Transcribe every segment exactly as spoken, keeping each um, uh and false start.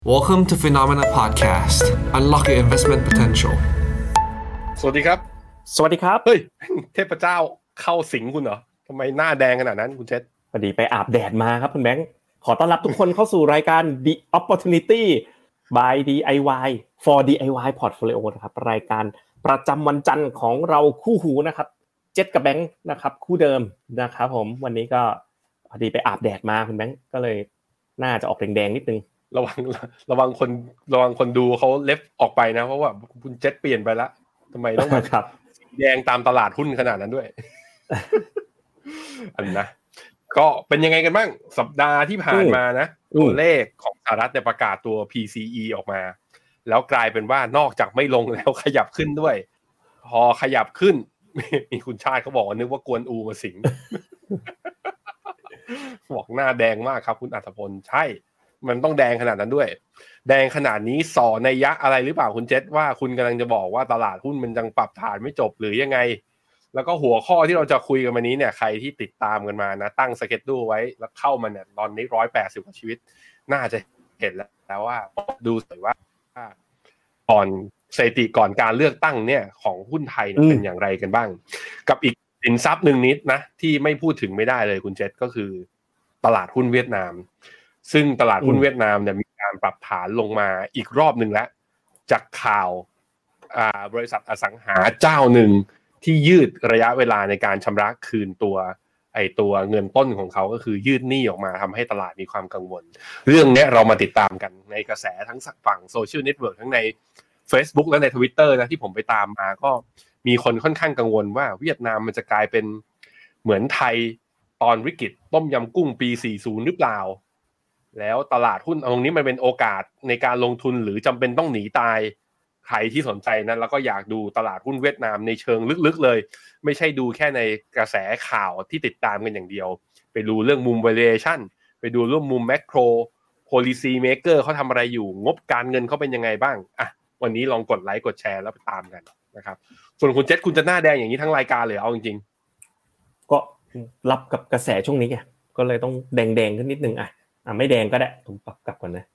Welcome to Phenomena Podcast. Unlock your investment potential. สวัสดีครับสวัสดีครับเฮ้ยเทพเจ้าเข้าสิงคุณเหรอทำไมหน้าแดงขนาดนั้นคุณเจษพอดีไปอาบแดดมาครับคุณแบงค์ขอต้อนรับทุกคนเข้าสู่รายการ The Opportunity by ดี ไอ วาย for ดี ไอ วาย Portfolio นะครับรายการประจำวันจันทร์ของเราคู่หูนะครับเจษกับแบงค์นะครับคู่เดิมนะครับผมวันนี้ก็พอดีไปอาบแดดมาคุณแบงค์ก็เลยหน้าจะออกแดงๆนิดนึงระวังระวังคนระวังคนดูเขาเล็บออกไปนะเพราะว่าคุณเจษเปลี่ยนไปละทำไมต้องมาสีแดงตามตลาดหุ้นขนาดนั้นด้วย อันนะก็เป็นยังไงกันบ้างสัปดาห์ที่ผ่านมานะตัวเลขของสหรัฐเนี่ยประกาศตัว พี ซี อี ออกมาแล้วกลายเป็นว่านอกจากไม่ลงแล้วขยับขึ้นด้วยพอขยับขึ้นมีคุณชาติเขาบอกว่านึกว่ากวนอูมาสิง บอกหน้าแดงมากครับคุณอัธพลใช่มันต้องแดงขนาดนั้นด้วยแดงขนาดนี้ส่อนัยยะอะไรหรือเปล่าคุณเจษว่าคุณกำลังจะบอกว่าตลาดหุ้นมันยังปรับฐานไม่จบหรือยังไงแล้วก็หัวข้อที่เราจะคุยกันวันนี้เนี่ยใครที่ติดตามกันมานะตั้งสเก็ตดูไว้แล้วเข้ามาเนี่ยตอนนี้หนึ่งร้อยแปดสิบกว่าชีวิตน่าจะเห็นแล้วว่าดูสวยว่าก่อนสถิติก่อนการเลือกตั้งเนี่ยของหุ้นไทยเป็นอย่างไรกันบ้างกับอีกสินทรัพย์หนึ่งนิดนะที่ไม่พูดถึงไม่ได้เลยคุณเจษก็คือตลาดหุ้นเวียดนามซึ่งตลาดหุ้นเวียดนามเนี่ยมีการปรับฐานลงมาอีกรอบนึงแล้วจากข่าวอ่าบริษัทอสังหาเจ้าหนึ่งที่ยืดระยะเวลาในการชำระคืนตัวไอ้ตัวเงินต้นของเขาก็คือยืดหนี้ออกมาทำให้ตลาดมีความกังวลเรื่องนี้เรามาติดตามกันในกระแสทั้งฝั่งโซเชียลเน็ตเวิร์กทั้งใน Facebook และใน Twitter นะที่ผมไปตามมาก็มีคนค่อนข้างกังวลว่าเวียดนามมันจะกลายเป็นเหมือนไทยตอนวิกฤตต้มยำกุ้งปีสี่สิบหรือเปล่าแล้วตลาดหุ้นตรงนี้มันเป็นโอกาสในการลงทุนหรือจำเป็นต้องหนีตายใครที่สนใจนั้นแล้วก็อยากดูตลาดหุ้นเวียดนามในเชิงลึกๆเลยไม่ใช่ดูแค่ในกระแสข่าวที่ติดตามกันอย่างเดียวไปดูเรื่องมุม valuation ไปดูเรื่องมุม macro policy maker เขาทำอะไรอยู่งบการเงินเขาเป็นยังไงบ้างอ่ะวันนี้ลองกดไลค์กดแชร์แล้วไปตามกันนะครับส่วนคุณเจษคุณจะหน้าแดงอย่างนี้ทั้งรายการเลยเอาจริงๆก็รับกับกระแสช่วงนี้ไงก็เลยต้องแดงๆขึ้นนิดนึงอ่ะอ่ะไม่แดงก็ได้ผมปรับกลับก่อนนะ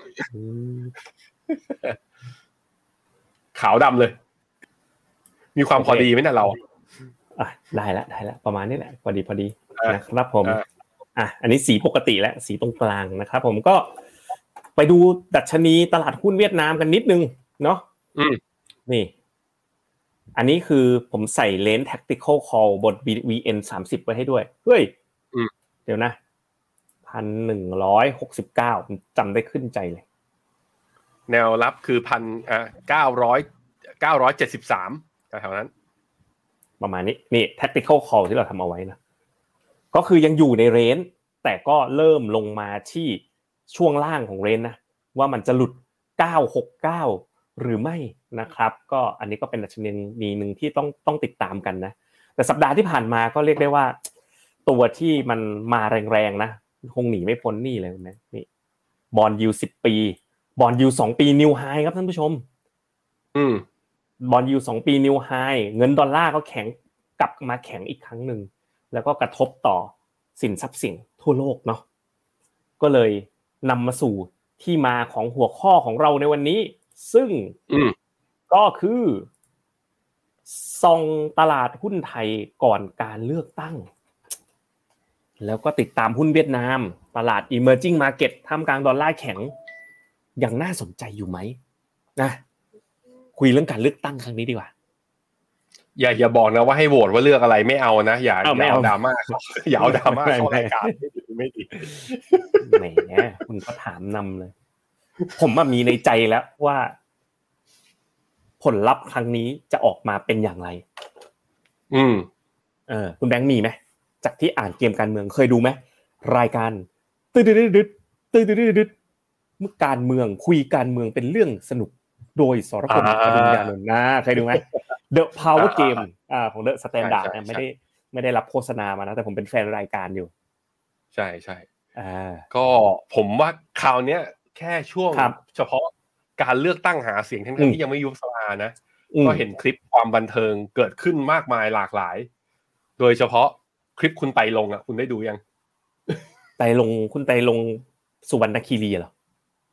ขาวดำเลยมีความพอดีไหมนะเราอ่ะได้ละได้ละประมาณนี้แหละพอดีพอดีนะครับผมอ่ะอันนี้สีปกติแล้วสีตรงกลางนะครับผมก็ไปดูดัชนีตลาดหุ้นเวียดนามกันนิดนึงเนาะนี่อันนี้คือผมใส่เลนส์ tactical call บน วี เอ็น สามสิบไว้ให้ด้วยเฮ้ยเดี๋ยวนะหนึ่งพันหนึ่งร้อยหกสิบเก้าจำได้ขึ้นใจเลยแนวรับคือพันอ่าเก้าร้อยเก้าร้อยเจ็ดสิบสามแถวๆนั้นประมาณนี้นี่ tactical call ที่เราทำเอาไว้นะก็คือยังอยู่ในเรนจ์แต่ก็เริ่มลงมาที่ช่วงล่างของเรนจ์นะว่ามันจะหลุดเก้าร้อยหกสิบเก้าหรือไม่นะครับก็อันนี้ก็เป็นดัชนีนึงที่ต้องต้องติดตามกันนะแต่สัปดาห์ที่ผ่านมาก็เรียกได้ว่าตัวที่มันมาแรงๆนะคงหนีไม่พ้นนี่เลยนะนี่บอนด์ยิลด์สิบปีบอนด์ยิลด์สองปีนิวไฮครับท่านผู้ชมอืมบอนด์ยิลด์สองปีนิวไฮเงินดอลลาร์ก็แข็งกลับมาแข็งอีกครั้งนึงแล้วก็กระทบต่อสินทรัพย์สินทั่วโลกเนาะก็เลยนำมาสู่ที่มาของหัวข้อของเราในวันนี้ซึ่งก็คือส่องตลาดหุ้นไทยก่อนการเลือกตั้งแล้วก็ติดตามหุ้นเวียดนามตลาด emerging market ท่ามกลางดอลลาร์แข็งยังน่าสนใจอยู่ไหมนะคุยเรื่องการเลือกตั้งครั้งนี้ดีกว่าอย่าอย่าบอกนะว่าให้โหวตว่าเลือกอะไรไม่เอานะอย่าอย่าเอาดราม่าอย่าเอาดราม่าเข้ารายการไม่ดีแหมคุณก็ถามนำเลยผมมีในใจแล้วว่าผลลัพธ์ครั้งนี้จะออกมาเป็นอย่างไรอืมเออคุณแบงค์มีไหมจากที่อ่านเกมการเมืองเคยดูไหมรายการตึ๊ดตึ๊ดตึ๊ดตึ๊ดตึ๊ดตึ๊ดเมื่อการเมืองคุยการเมืองเป็นเรื่องสนุกโดยสรพลอดุลยานนท์นะเคยดูไหม The Power Game อ่าของ The Standard นะไม่ได้ไม่ได้รับโฆษณามานะแต่ผมเป็นแฟนรายการอยู่ใช่ใช่อ่าก็ผมว่าคราวเนี้ยแค่ช่วงเฉพาะการเลือกตั้งหาเสียงทั้งๆที่ยังไม่ยุบสภานะก็เห็นคลิปความบันเทิงเกิดขึ้นมากมายหลากหลายโดยเฉพาะคลิปคุณไตรรงค์อ่ะคุณได้ดูยังไตรรงค์คุณไตรรงค์สุวรรณคีรีเหรอ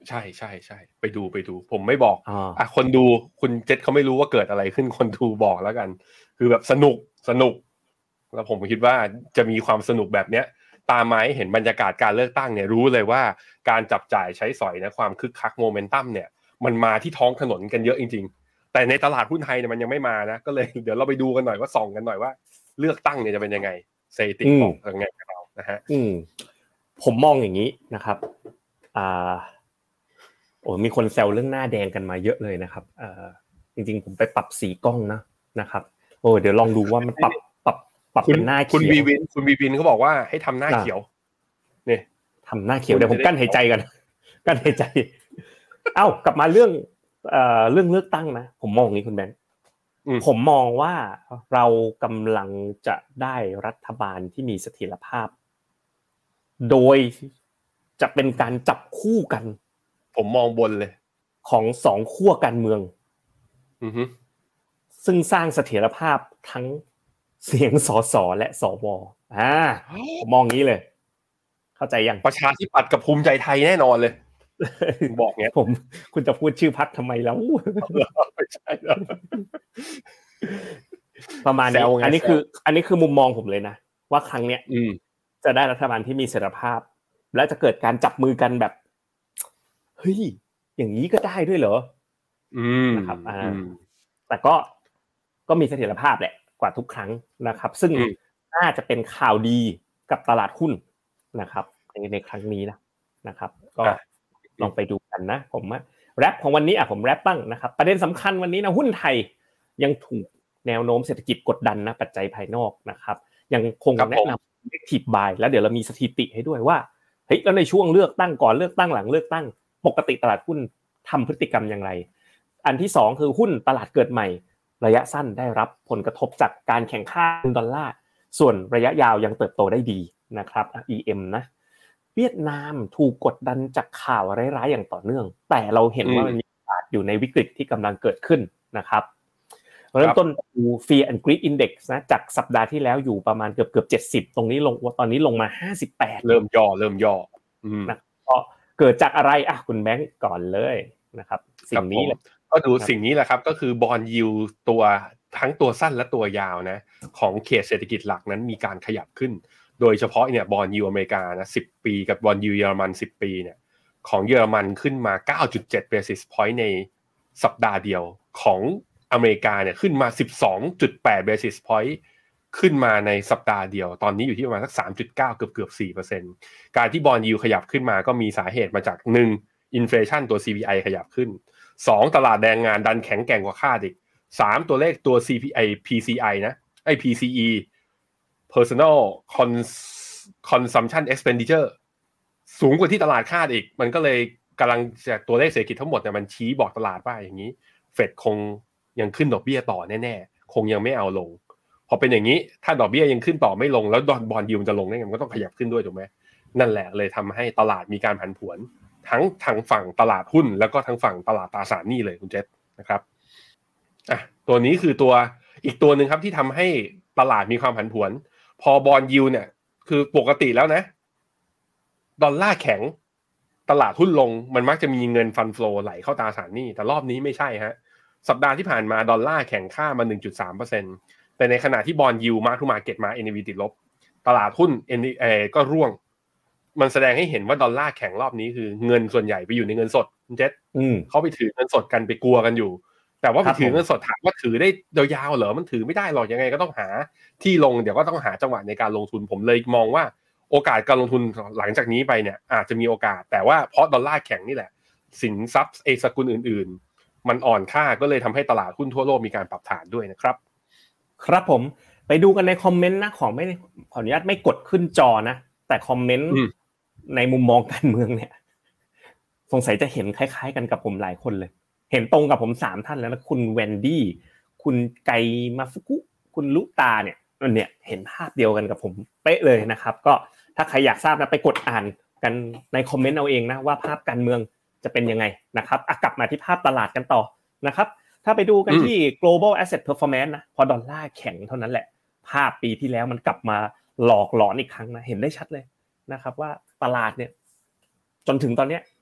ใช่ๆๆไปดูไปดูผมไม่บอกอ๋ออ่ะคนดูคุณเจษเขาไม่รู้ว่าเกิดอะไรขึ้นคนดูบอกแล้วกันคือแบบสนุกสนุกแล้วผมคิดว่าจะมีความสนุกแบบเนี้ยตามมาให้เห็นบรรยากาศการเลือกตั้งเนี่ยรู้เลยว่าการจับจ่ายใช้สอยนะความคึกคักโมเมนตัมเนี่ยมันมาที่ท้องถนนกันเยอะจริงๆแต่ในตลาดหุ้นไทยเนี่ยมันยังไม่มานะก็เลยเดี๋ยวเราไปดูกันหน่อยว่าส่องกันหน่อยว่าเลือกตั้งเนี่ยจะเป็นยังไงสถิติบอกยังไงกับเรานะฮะอืมผมมองอย่างนี้นะครับอ่าโอ้มีคนแซวเรื่องหน้าแดงกันมาเยอะเลยนะครับเอ่อจริงๆผมไปปรับสีกล้องนะนะครับโอ้เดี๋ยวลองดูว่ามันปรับปรับปรับเป็นหน้าเขียวคุณวีวินคุณวีวินเขาบอกว่าให้ทำหน้าเขียวนี่ทำหน้าเขียวเดี๋ยวผมกั้นหายใจกันกั้นหายใจเอ้ากลับมาเรื่องเอ่อเรื่องเลือกตั้งนะผมมองอย่างนี้คุณแบงค์ผมมองว่าเรากำลังจะได้รัฐบาลที่มีเสถียรภาพโดยจะเป็นการจับคู่กันผมมองบนเลยของสองขั้วการเมืองอือฮึซึ่งสร้างเสถียรภาพทั้งเสียงสสและสวอ่าผมมองงี้เลยเข้าใจยังประชาธิปัตย์กับภูมิใจไทยแน่นอนเลยบอกเงี้ยผมคุณจะพูดชื่อพรรคทำไมแล้วไม่ใช่ประมาณนี้อันนี้คืออันนี้คือมุมมองผมเลยนะว่าครั้งเนี้ยจะได้รัฐบาลที่มีเสถียรภาพและจะเกิดการจับมือกันแบบเฮ้ยอย่างนี้ก็ได้ด้วยเหรออืมนะครับอ่าแต่ก็ก็มีเสถียรภาพแหละกว่าทุกครั้งนะครับซึ่งน่าจะเป็นข่าวดีกับตลาดหุ้นนะครับในในครั้งนี้นะนะครับก็ลองไปดูกันนะผมว่าแรปของวันนี้อ่ะผมแรปบ้างนะครับประเด็นสำคัญวันนี้นะหุ้นไทยยังถูกแนวโน้มเศรษฐกิจกดดันนะปัจจัยภายนอกนะครับยังคงแนะนำ active buy แล้วเดี๋ยวเรามีสถิติให้ด้วยว่าเฮ้ยแล้วในช่วงเลือกตั้งก่อนเลือกตั้งหลังเลือกตั้งปกติตลาดหุ้นทำพฤติกรรมอย่างไรอันที่สองคือหุ้นตลาดเกิดใหม่ระยะสั้นได้รับผลกระทบจากการแข่งข้าดอลลาร์ส่วนระยะยาวยังเติบโตได้ดีนะครับ อี เอ็ม นะเวียดนามถูกกดดันจากข่าวร้ายๆอย่างต่อเนื่องแต่เราเห็นว่ามันมีโอกาสอยู่ในวิกฤตที่กำลังเกิดขึ้นนะครับเริ่มต้นดู Fear and Greed Index นะจากสัปดาห์ที่แล้วอยู่ประมาณเกือบๆเจ็ดสิบตรงนี้ลงตอนนี้ลงมาห้าสิบแปดเริ่มย่อเริ่มย่อนะก็เกิดจากอะไรอ่ะคุณแบงค์ก่อนเลยนะครับสิ่งนี้แหละก็ดูสิ่งนี้แหละครับก็คือบอนด์ยิลด์ตัวทั้งตัวสั้นและตัวยาวนะของเขตเศรษฐกิจหลักนั้นมีการขยับขึ้นโดยเฉพาะเนี่ยบอนด์ยิลด์อเมริกานะสิบปีกับบอนด์ยิลด์เยอรมันสิบปีเนี่ยของเยอรมันขึ้นมา เก้าจุดเจ็ด basis point ในสัปดาห์เดียวของอเมริกาเนี่ยขึ้นมา สิบสองจุดแปด basis point ขึ้นมาในสัปดาห์เดียวตอนนี้อยู่ที่ประมาณสัก สามจุดเก้า เกือบๆ สี่เปอร์เซ็นต์ การที่บอนด์ยิลด์ขยับขึ้นมาก็มีสาเหตุมาจากหนึ่งอินเฟลชันตัว ซี พี ไอ ขยับขึ้นสองตลาดแรงงานดันแข็งแกร่งกว่าคาดอีกสามตัวเลขตัว ซี พี ไอ พี ซี ไอ นะไอ้ พี ซี อี Personal Consumption Expenditure สูงกว่าที่ตลาดคาดอีกมันก็เลยกำลังจากตัวเลขเศรษฐกิจทั้งหมดเนี่ยมันชี้บอกตลาดว่าอย่างนี้เฟดคงยังขึ้นดอกเบี้ยต่อแน่ๆคงยังไม่เอาลงพอเป็นอย่างนี้ถ้าดอกเบี้ยยังขึ้นต่อไม่ลงแล้วบอนด์ยิลด์จะลงได้ไงมันก็ต้องขยับขึ้นด้วยถูกไหมนั่นแหละเลยทำให้ตลาดมีการผันผวนทั้งทางฝั่งตลาดหุ้นแล้วก็ทางฝั่งตลาดตราสารหนี้เลยคุณเจษนะครับอ่ะตัวนี้คือตัวอีกตัวหนึ่งครับที่ทำให้ตลาดมีความผันผวนพอบอนด์ยิลด์เนี่ยคือปกติแล้วนะดอลลาร์แข็งตลาดหุ้นลงมันมักจะมีเงินฟันโฟลไหลเข้าตราสารหนี้แต่รอบนี้ไม่ใช่ฮะสัปดาห์ที่ผ่านมาดอลลาร์แข็งค่ามา หนึ่งจุดสามเปอร์เซ็นต์ แต่ในขณะที่บอนด์ยิลด์มาร์คทูมาร์เก็ตมา เอ็น เอ วี ติดลบตลาดหุ้น เอ ก็ร่วงมันแสดงให้เห็นว่าดอลลาร์แข็งรอบนี้คือเงินส่วนใหญ่ไปอยู่ในเงินสดคุณเจษเขาไปถือเงินสดกันไปกลัวกันอยู่แต่ว่าไปถือเงินสดถามว่าถือได้ยาวๆเหรอมันถือไม่ได้หรอกยังไงก็ต้องหาที่ลงเดี๋ยวก็ต้องหาจังหวะในการลงทุนผมเลยมองว่าโอกาสการลงทุนหลังจากนี้ไปเนี่ยอาจจะมีโอกาสแต่ว่าเพราะดอลลาร์แข็งนี่แหละสินทรัพย์เอสกุลอื่นๆมันอ่อนค่าก็เลยทำให้ตลาดหุ้นทั่วโลกมีการปรับฐานด้วยนะครับครับผมไปดูกันในคอมเมนต์นะของไม่ขออนุญาตไม่กดขึ้นจอนะแต่คอมเมนต์ในมุมมองการเมืองเนี่ยสงสัยจะเห็นคล้ายๆกันกับผมหลายคนเลยเห็นตรงกับผมสามท่านแล้วนะคุณแวนดี้คุณไกมาฟุกุคุณลุตาเนี่ยเนี่ยเห็นภาพเดียวกันกับผมเป๊ะเลยนะครับก็ถ้าใครอยากทราบนะไปกดอ่านกันในคอมเมนต์เอาเองนะว่าภาพการเมืองจะเป็นยังไงนะครับอ่ะกลับมาที่ภาพตลาดกันต่อนะครับถ้าไปดูกันที่ global asset performance นะพอดอลลาร์แข็งเท่านั้นแหละภาพปีที่แล้วมันกลับมาหลอกหลอนอีกครั้งนะเห็นได้ชัดเลยนะครับว่าตลาดเนี่ยจนถึงตอนเนี้ย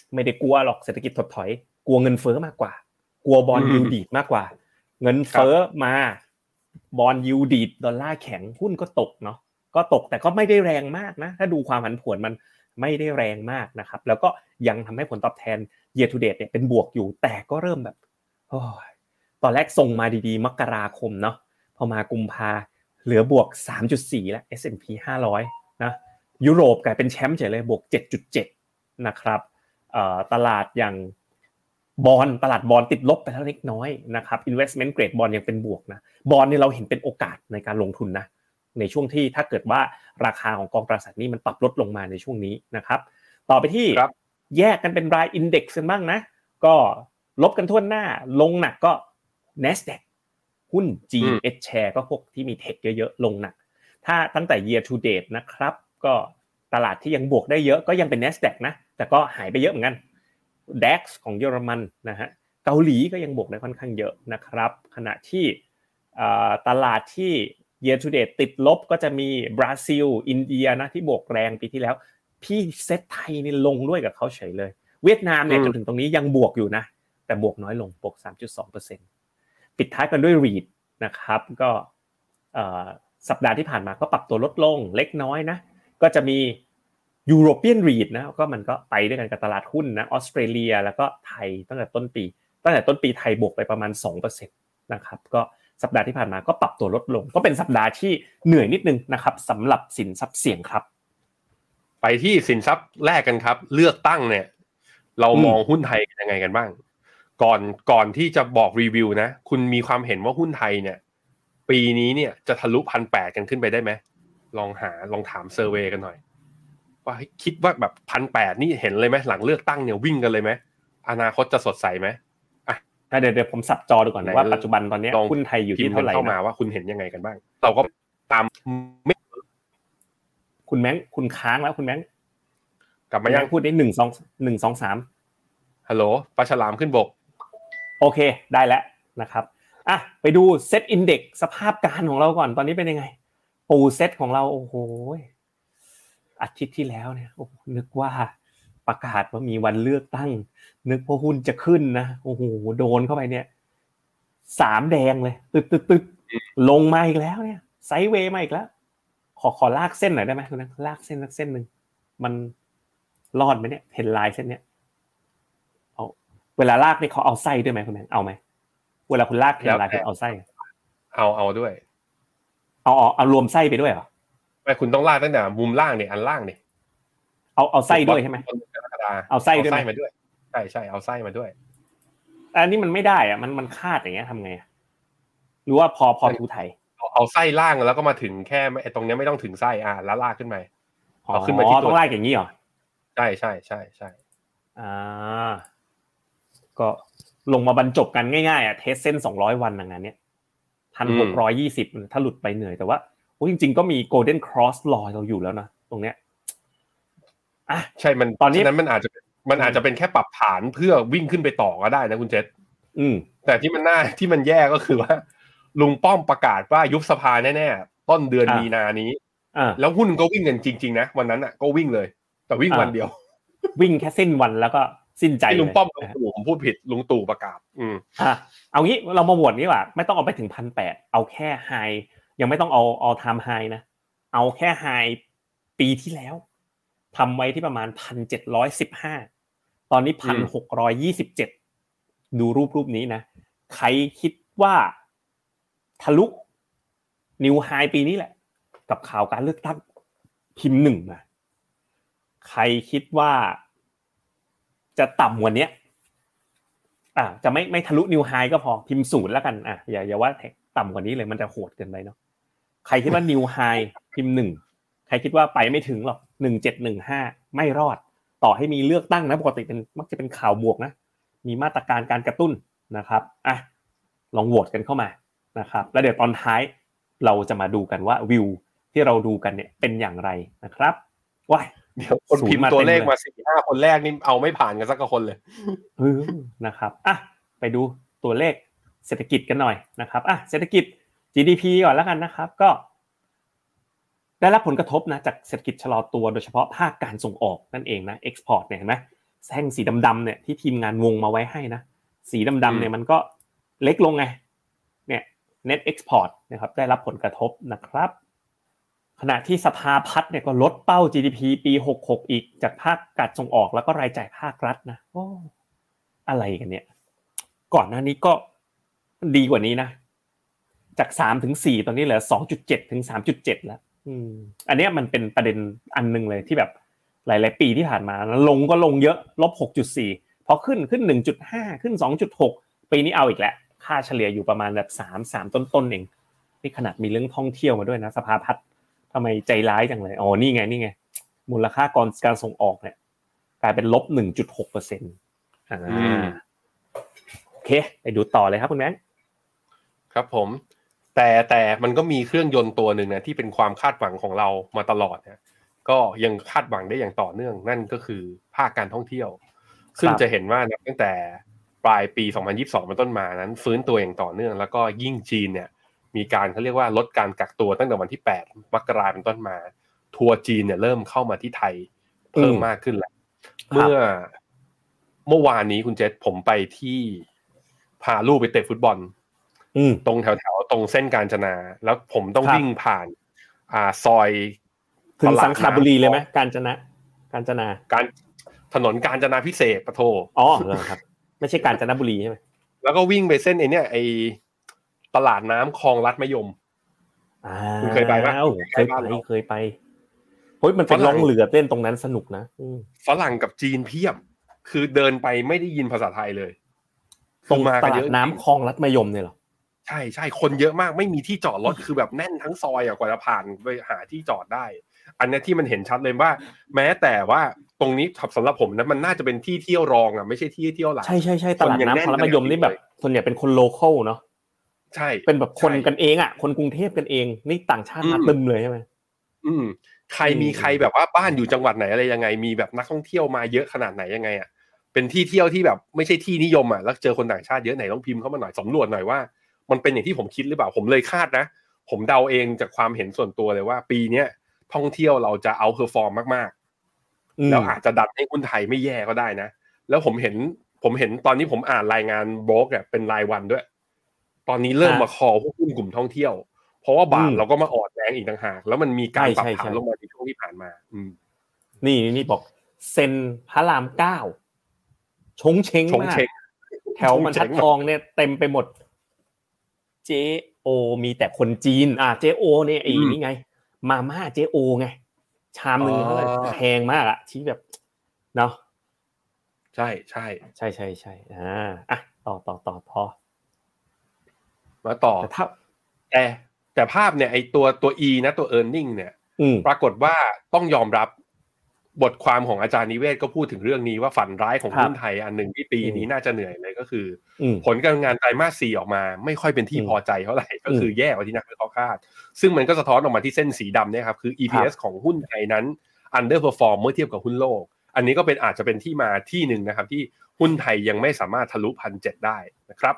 ไม่ได้กลัวหรอกเศรษฐกิจถดถอยกลัวเงินเฟ้อมากกว่ากลัวบอนด์ยิลด์ดีดมากกว่าเงินเฟ้อมาบอนด์ยิลด์ดีดดอลลาร์แข็งหุ้นก็ตกเนาะก็ตกแต่ก็ไม่ได้แรงมากนะถ้าดูความผันผวนมันไม่ได้แรงมากนะครับแล้วก็ยังทำให้ผลตอบแทน year to date เนี่ยเป็นบวกอยู่แต่ก็เริ่มแบบโอ้ยตอนแรกส่งมาดีๆมกราคมเนาะพอมากุมภาเหลือบวก สามจุดสี่ แล้ว เอส แอนด์ พี ห้าร้อยนะยุโรปกลายเป็นแชมป์เฉยเลยบวก เจ็ดจุดเจ็ด นะครับเอ่อตลาดอย่างบอนด์ตลาดบอนด์ติดลบไปแล้วเล็กน้อยนะครับ investment grade bond ยังเป็นบวกนะบอนด์เนี่ยเราเห็นเป็นโอกาสในการลงทุนนะในช่วงที่ถ้าเกิดว่าราคาของกองตราสารหนี้มันปรับลดลงมาในช่วงนี้นะครับต่อไปที่แยกกันเป็นราย index กันบ้างนะก็ลบกันทั่วหน้าลงหนักก็ Nasdaq หุ้น จี เอช share ก็พวกที่มีเทคเยอะๆลงหนักถ้าตั้งแต่ year to date นะครับก็ตลาดที่ยังบวกได้เยอะก็ยังเป็น Nasdaq นะแต่ก็หายไปเยอะเหมือนกัน ดัค ของเยอรมันนะฮะเกาหลีก็ยังบวกได้ค่อนข้างเยอะนะครับขณะที่ตลาดที่ year to date ติดลบก็จะมีบราซิลอินเดียนะที่บวกแรงปีที่แล้วพี่เซตไทยนี่ลงด้วยกับเขาเฉยเลยเวียดนามเนี่ยจนถึงตรงนี้ยังบวกอยู่นะแต่บวกน้อยลงบวก สามจุดสองเปอร์เซ็นต์ ปิดท้ายกันด้วย รีท นะครับก็สัปดาห์ที่ผ่านมาก็ปรับตัวลดลงเล็กน้อยนะก็จะมี European รีท นะก็มันก็ไปด้วยกันกับตลาดหุ้นนะออสเตรเลียแล้วก็ไทยตั้งแต่ต้นปีตั้งแต่ต้นปีไทยบวกไปประมาณ สองเปอร์เซ็นต์ นะครับก็สัปดาห์ที่ผ่านมาก็ปรับตัวลดลงก็เป็นสัปดาห์ที่เหนื่อยนิดนึงนะครับสำหรับสินทรัพย์เสี่ยงครับไปที่สินทรัพย์แรกกันครับเลือกตั้งเนี่ยเรามองหุ้นไทยยังไงกันบ้างก่อนก่อนที่จะบอกรีวิวนะคุณมีความเห็นว่าหุ้นไทยเนี่ยปีนี้เนี่ยจะทะลุ หนึ่งพันแปดร้อย กันขึ้นไปได้ไหมลองหาลองถามเซอร์เวย์กันหน่อยว่าคิดว่าแบบ หนึ่งพันแปดร้อย นี่เห็นเลยไหมหลังเลือกตั้งเนี่ยวิ่งกันเลยไหมอนาคตจะสดใสไหมอ่ะเดี๋ยวเดี๋ยวผมสับจอดูก่อนว่าปัจจุบันตอนนี้หุ้นไทยอยู่ที่เท่าไหร่เข้ามาว่าคุณเห็นยังไงกันบ้างเราก็ตามไม่คุณแม้งคุณค้างแล้วคุณแม้งกลับมายังพูดได้หนึ่ง สอง หนึ่ง สอง สามฮัลโหลปลาฉลามขึ้นบกโอเคได้แล้วนะครับอ่ะไปดูเซตอินเด็กซ์สภาพการของเราก่อนตอนนี้เป็นยังไงปูเซตของเราโอ้โหอาทิตย์ที่แล้วเนี่ยโอ้นึกว่าประกาศว่ามีวันเลือกตั้งนึกว่าหุ้นจะขึ้นนะโอ้โหโดนเข้าไปเนี่ยสามแดงเลยตึ๊ดๆๆลงมาอีกแล้วเนี่ยไซด์เวย์มาอีกแล้วขอขอลากเส้นหน่อยได้มั้ยคุณนะลากเส้นสักเส้นนึงมันรอดมั้ยเนี่ยเห็นลายเส้นเนี้ยเอาเวลาลากนี่เขาเอาไส้ด้วยมั้ยคุณแม่เอามั้ยเวลาคุณลากเห็นลายคุณเอาไส้เอาเอาด้วยเอาเอาเอารวมไส้ไปด้วยเหรอไม่คุณต้องลากตั้งแต่มุมล่างนี่อันล่างนี่เอาเอาไส้ด้วยใช่มั้ยเอาไส้ด้วยมาด้วยใช่ๆเอาไส้มาด้วยอันนี้มันไม่ได้อ่ะมันมันคาดอย่างเงี้ยทำไงหรือว่าพอพอทูไทยเอาไส้ล่างแล้วก็มาถึงแค่ไอ้ตรงนี้ไม่ต้องถึงไส้อ่ะแล้วลากขึ้นไปเอาขึ้นมาที่ตัวต้องลากอย่างนี้เหรอใช่ใช่ใช่ใช่อ่าก็ลงมาบรรจบกันง่ายๆอ่ะเทสเส้นสองร้อยวันอย่างนั้นเนี่ย หนึ่งพันหกร้อยยี่สิบ ถ้าหลุดไปเหนื่อยแต่ว่าโอ้จริงๆก็มี Golden Cross รอเราอยู่แล้วนะตรงเนี้ยอ่ะใช่มันตอนนี้นั้นมันอาจจะมันอาจจะเป็นแค่ปรับฐานเพื่อวิ่งขึ้นไปต่อก็ได้นะคุณเจษอืมแต่ที่มันน่าที่มันแย่ก็คือว่าลุงป้อมประกาศว่ายุบสภาแน่ๆต้นเดือนมีนานี้แล้วหุ้นก็วิ่งกันจริงๆนะวันนั้นอ่ะก็วิ่งเลยแต่วิ่งวันเดียววิ่งแค่สิ้นวันแล้วก็สิ้นใจลุงป้อมลุงตู่ผมพูดผิดลุงตู่ประกาศอืมอ่ะเอางี้เรามาโหวตนี้ว่าไม่ต้องเอาไปถึง หนึ่งพันแปดร้อย เอาแค่ไฮยังไม่ต้องเอา all time high นะเอาแค่ไฮปีที่แล้วทำไว้ที่ประมาณ หนึ่งพันเจ็ดร้อยสิบห้า ตอนนี้ หนึ่งพันหกร้อยยี่สิบเจ็ด ดูรูปรูปนี้นะใครคิดว่าทะลุนิวไฮปีนี้แหละกับข่าวการเลือกตั้งพิมพ์หนึ่งมาใครคิดว่าจะต่ำกว่านี้อ่ะจะไม่ไม่ทะลุนิวไฮก็พอพิมพ์ศูนย์แล้วกันอ่ะอย่าอย่าว่าต่ำกว่านี้เลยมันจะโหดเกินไปเนาะใครคิดว่านิวไฮพิมพ์หนึ่งใครคิดว่าไปไม่ถึงหรอกหนึ่งพันเจ็ดร้อยสิบห้าไม่รอดต่อให้มีเลือกตั้งนะปกติเป็นมักจะเป็นข่าวบวกนะมีมาตรการการกระตุ้นนะครับอ่ะลองโหวตกันเข้ามานะครับแล้วเดี๋ยวตอนท้ายเราจะมาดูกันว่าวิวที่เราดูกันเนี่ยเป็นอย่างไรนะครับว้ายเดี๋ยวคนพิมพ์ตัวเลขมา สี่ห้า คนแรกนี่เอาไม่ผ่านกันสักคนเลยเออนะครับอ่ะไปดูตัวเลขเศรษฐกิจกันหน่อยนะครับอ่ะเศรษฐกิจ จี ดี พี ก่อนแล้วกันนะครับก็ได้รับผลกระทบนะจากเศรษฐกิจชะลอตัวโดยเฉพาะภาคการส่งออกนั่นเองนะ export เนี่ยเห็นมั้ยแท่งสีดำๆเนี่ยที่ทีมงานวงมาไว้ให้นะสีดำๆเนี่ยมันก็เล็กลงไงเนี่ย net export นะครับได้รับผลกระทบนะครับขณะที่สภาพัฒน์เนี่ยก็ลดเป้า จี ดี พี ปีหกสิบหกอีกจากภาคการส่งออกแล้วก็รายจ่ายภาครัฐนะโอ้อะไรกันเนี่ยก่อนหน้านี้ก็ดีกว่านี้นะจากสามถึงสี่ตอนนี้เหลือ สองจุดเจ็ด ถึง สามจุดเจ็ด แล้วอืมอันเนี้ยมันเป็นประเด็นอันนึงเลยที่แบบหลายๆปีที่ผ่านมาลงก็ลงเยอะ ลบหกจุดสี่ พอขึ้นขึ้น หนึ่งจุดห้า ขึ้น สองจุดหก ปีนี้เอาอีกแล้วค่าเฉลี่ยอยู่ประมาณแบบสาม สามต้นๆเองนี่ขนาดมีเรื่องท่องเที่ยวมาด้วยนะสภาพัฒน์ทำไมใจร้ายจังเลยอ๋อนี่ไงนี่ไงมูลค่าการการส่งออกเนี่ยกลายเป็นลบ หนึ่งจุดหกเปอร์เซ็นต์ อ่าโอเคไปดูต่อเลยครับคุณแบงค์ครับผมแต่แต่มันก็มีเครื่องยนต์ตัวหนึ่งนะที่เป็นความคาดหวังของเรามาตลอดนะก็ยังคาดหวังได้อย่างต่อเนื่องนั่นก็คือภาคการท่องเที่ยวซึ่งจะเห็นว่านับตั้งแต่ปลายปีสองพันยี่สิบสองเป็นต้นมานั้นฟื้นตัวอย่างต่อเนื่องแล้วก็ยิ่งจีนเนี่ยมีการเขาเรียกว่าลดการกักตัวตั้งแต่วันที่แปดมกราคมเป็นต้นมาทัวร์จีนเนี่ยเริ่มเข้ามาที่ไทยเพิ่มมากขึ้นแล้วเมื่อเมื่อวานนี้คุณเจษผมไปที่พาลูกไปเตะฟุตบอลตรงแถวๆตรงเส้นกาญจนาแล้วผมต้องวิ่งผ่านอ่าซอยถึงสังขบุรีเลยไหมกาญจนะกาญจนาการถนนกาญจนาพิเศษปะโทอ๋อเหรอครับไม่ใช่กาญจนบุรีใช่ไหมแล้วก็วิ่งไปเส้นไอ้นี่ไอ้ตลาดน้ำคลองลัดมะยมคุณเคยไปไหมเคยไปเคยไปเฮ้ยมันเป็นล่องเรือเต้นตรงนั้นสนุกนะฝรั่งกับจีนเพียบคือเดินไปไม่ได้ยินภาษาไทยเลยตรงตลาดน้ำคลองลัดมะยมเนี่ยหรอใช่ใช่คนเยอะมากไม่มีที่จอดรถคือแบบแน่นทั้งซอยอ่ะกว่าจะผ่านไปหาที่จอดได้อันนี้ที่มันเห็นชัดเลยว่าแม้แต่ว่าตรงนี้สำหรับผมนะมันน่าจะเป็นที่เที่ยวรองอ่ะไม่ใช่ที่เที่ยวหลักใช่ใช่ใช่ตลาดน้ำคลองลัดมะยมนี่แบบส่วนใหญ่เป็นคนโลคอลเนาะใช่เป็นแบบคนกันเองอ่ะคนกรุงเทพกันเองนี่ต่างชาติมาตึมเลยใช่ไหมอืมใครมีใครแบบว่าบ้านอยู่จังหวัดไหนอะไรยังไงมีแบบนักท่องเที่ยวมาเยอะขนาดไหนยังไงอ่ะเป็นที่เที่ยวที่แบบไม่ใช่ที่นิยมอ่ะแล้วเจอคนต่างชาติเยอะไหนต้องพิมพ์เข้ามาหน่อยสำรวจหน่อยว่ามันเป็นอย่างที่ผมคิดหรือเปล่าผมเลยคาดนะผมเดาเองจากความเห็นส่วนตัวเลยว่าปีเนี้ยท่องเที่ยวเราจะเอาเพอร์ฟอร์มมากๆแล้วอาจจะดันให้หุ้นไทยไม่แย่ก็ได้นะแล้วผมเห็นผมเห็นตอนนี้ผมอ่านรายงานโบรกเนี่ยเป็นรายวันด้วยตอนนี้เริ่มมาคอพวกหุ้นกลุ่มท่องเที่ยวเพราะว่าบาทเราก็มาอ่อนแรงอีกต่างหากแล้วมันมีการปรับฐานลงมาในช่วงที่ผ่านมาอืมนี่นี่บอกเซ็นพระรามเก้าชงเชงมากแถวบรรทัดทองเนี่ยเต็มไปหมดเจโอมีแต่คนจีนอ่ะเจโอเนี่ยไอ้นี่ไงมาม่าเจโอไงชามนึงเท่าไหร่แพงมากอ่ะที่แบบเนาะใช่ใช่ใช่ใช่ใช่อ่าอ่ะต่อต่อต่อพอมาต่อแต่ถ้าแต่แต่ภาพเนี่ยไอตัวตัว E นะตัว earning เนี่ยปรากฏว่าต้องยอมรับบทความของอาจารย์นิเวศก็พูดถึงเรื่องนี้ว่าฝันร้ายของหุ้นไทยอันหนึ่งที่ปีนี้น่าจะเหนื่อยเลยก็คือผลการงานไตรมาสสี่ออกมาไม่ค่อยเป็นที่พอใจเท่าไหร่ก็คือแย่กว่าที่นักวิเคราะห์คาดซึ่งมันก็สะท้อนออกมาที่เส้นสีดำเนี่ยครับคือ อี พี เอส ของหุ้นไทยนั้น underperform เมื่อเทียบกับหุ้นโลกอันนี้ก็เป็นอาจจะเป็นที่มาที่หนึ่งนะครับที่หุ้นไทยยังไม่สามารถทะลุ หนึ่งพันเจ็ดร้อย ได้นะครับ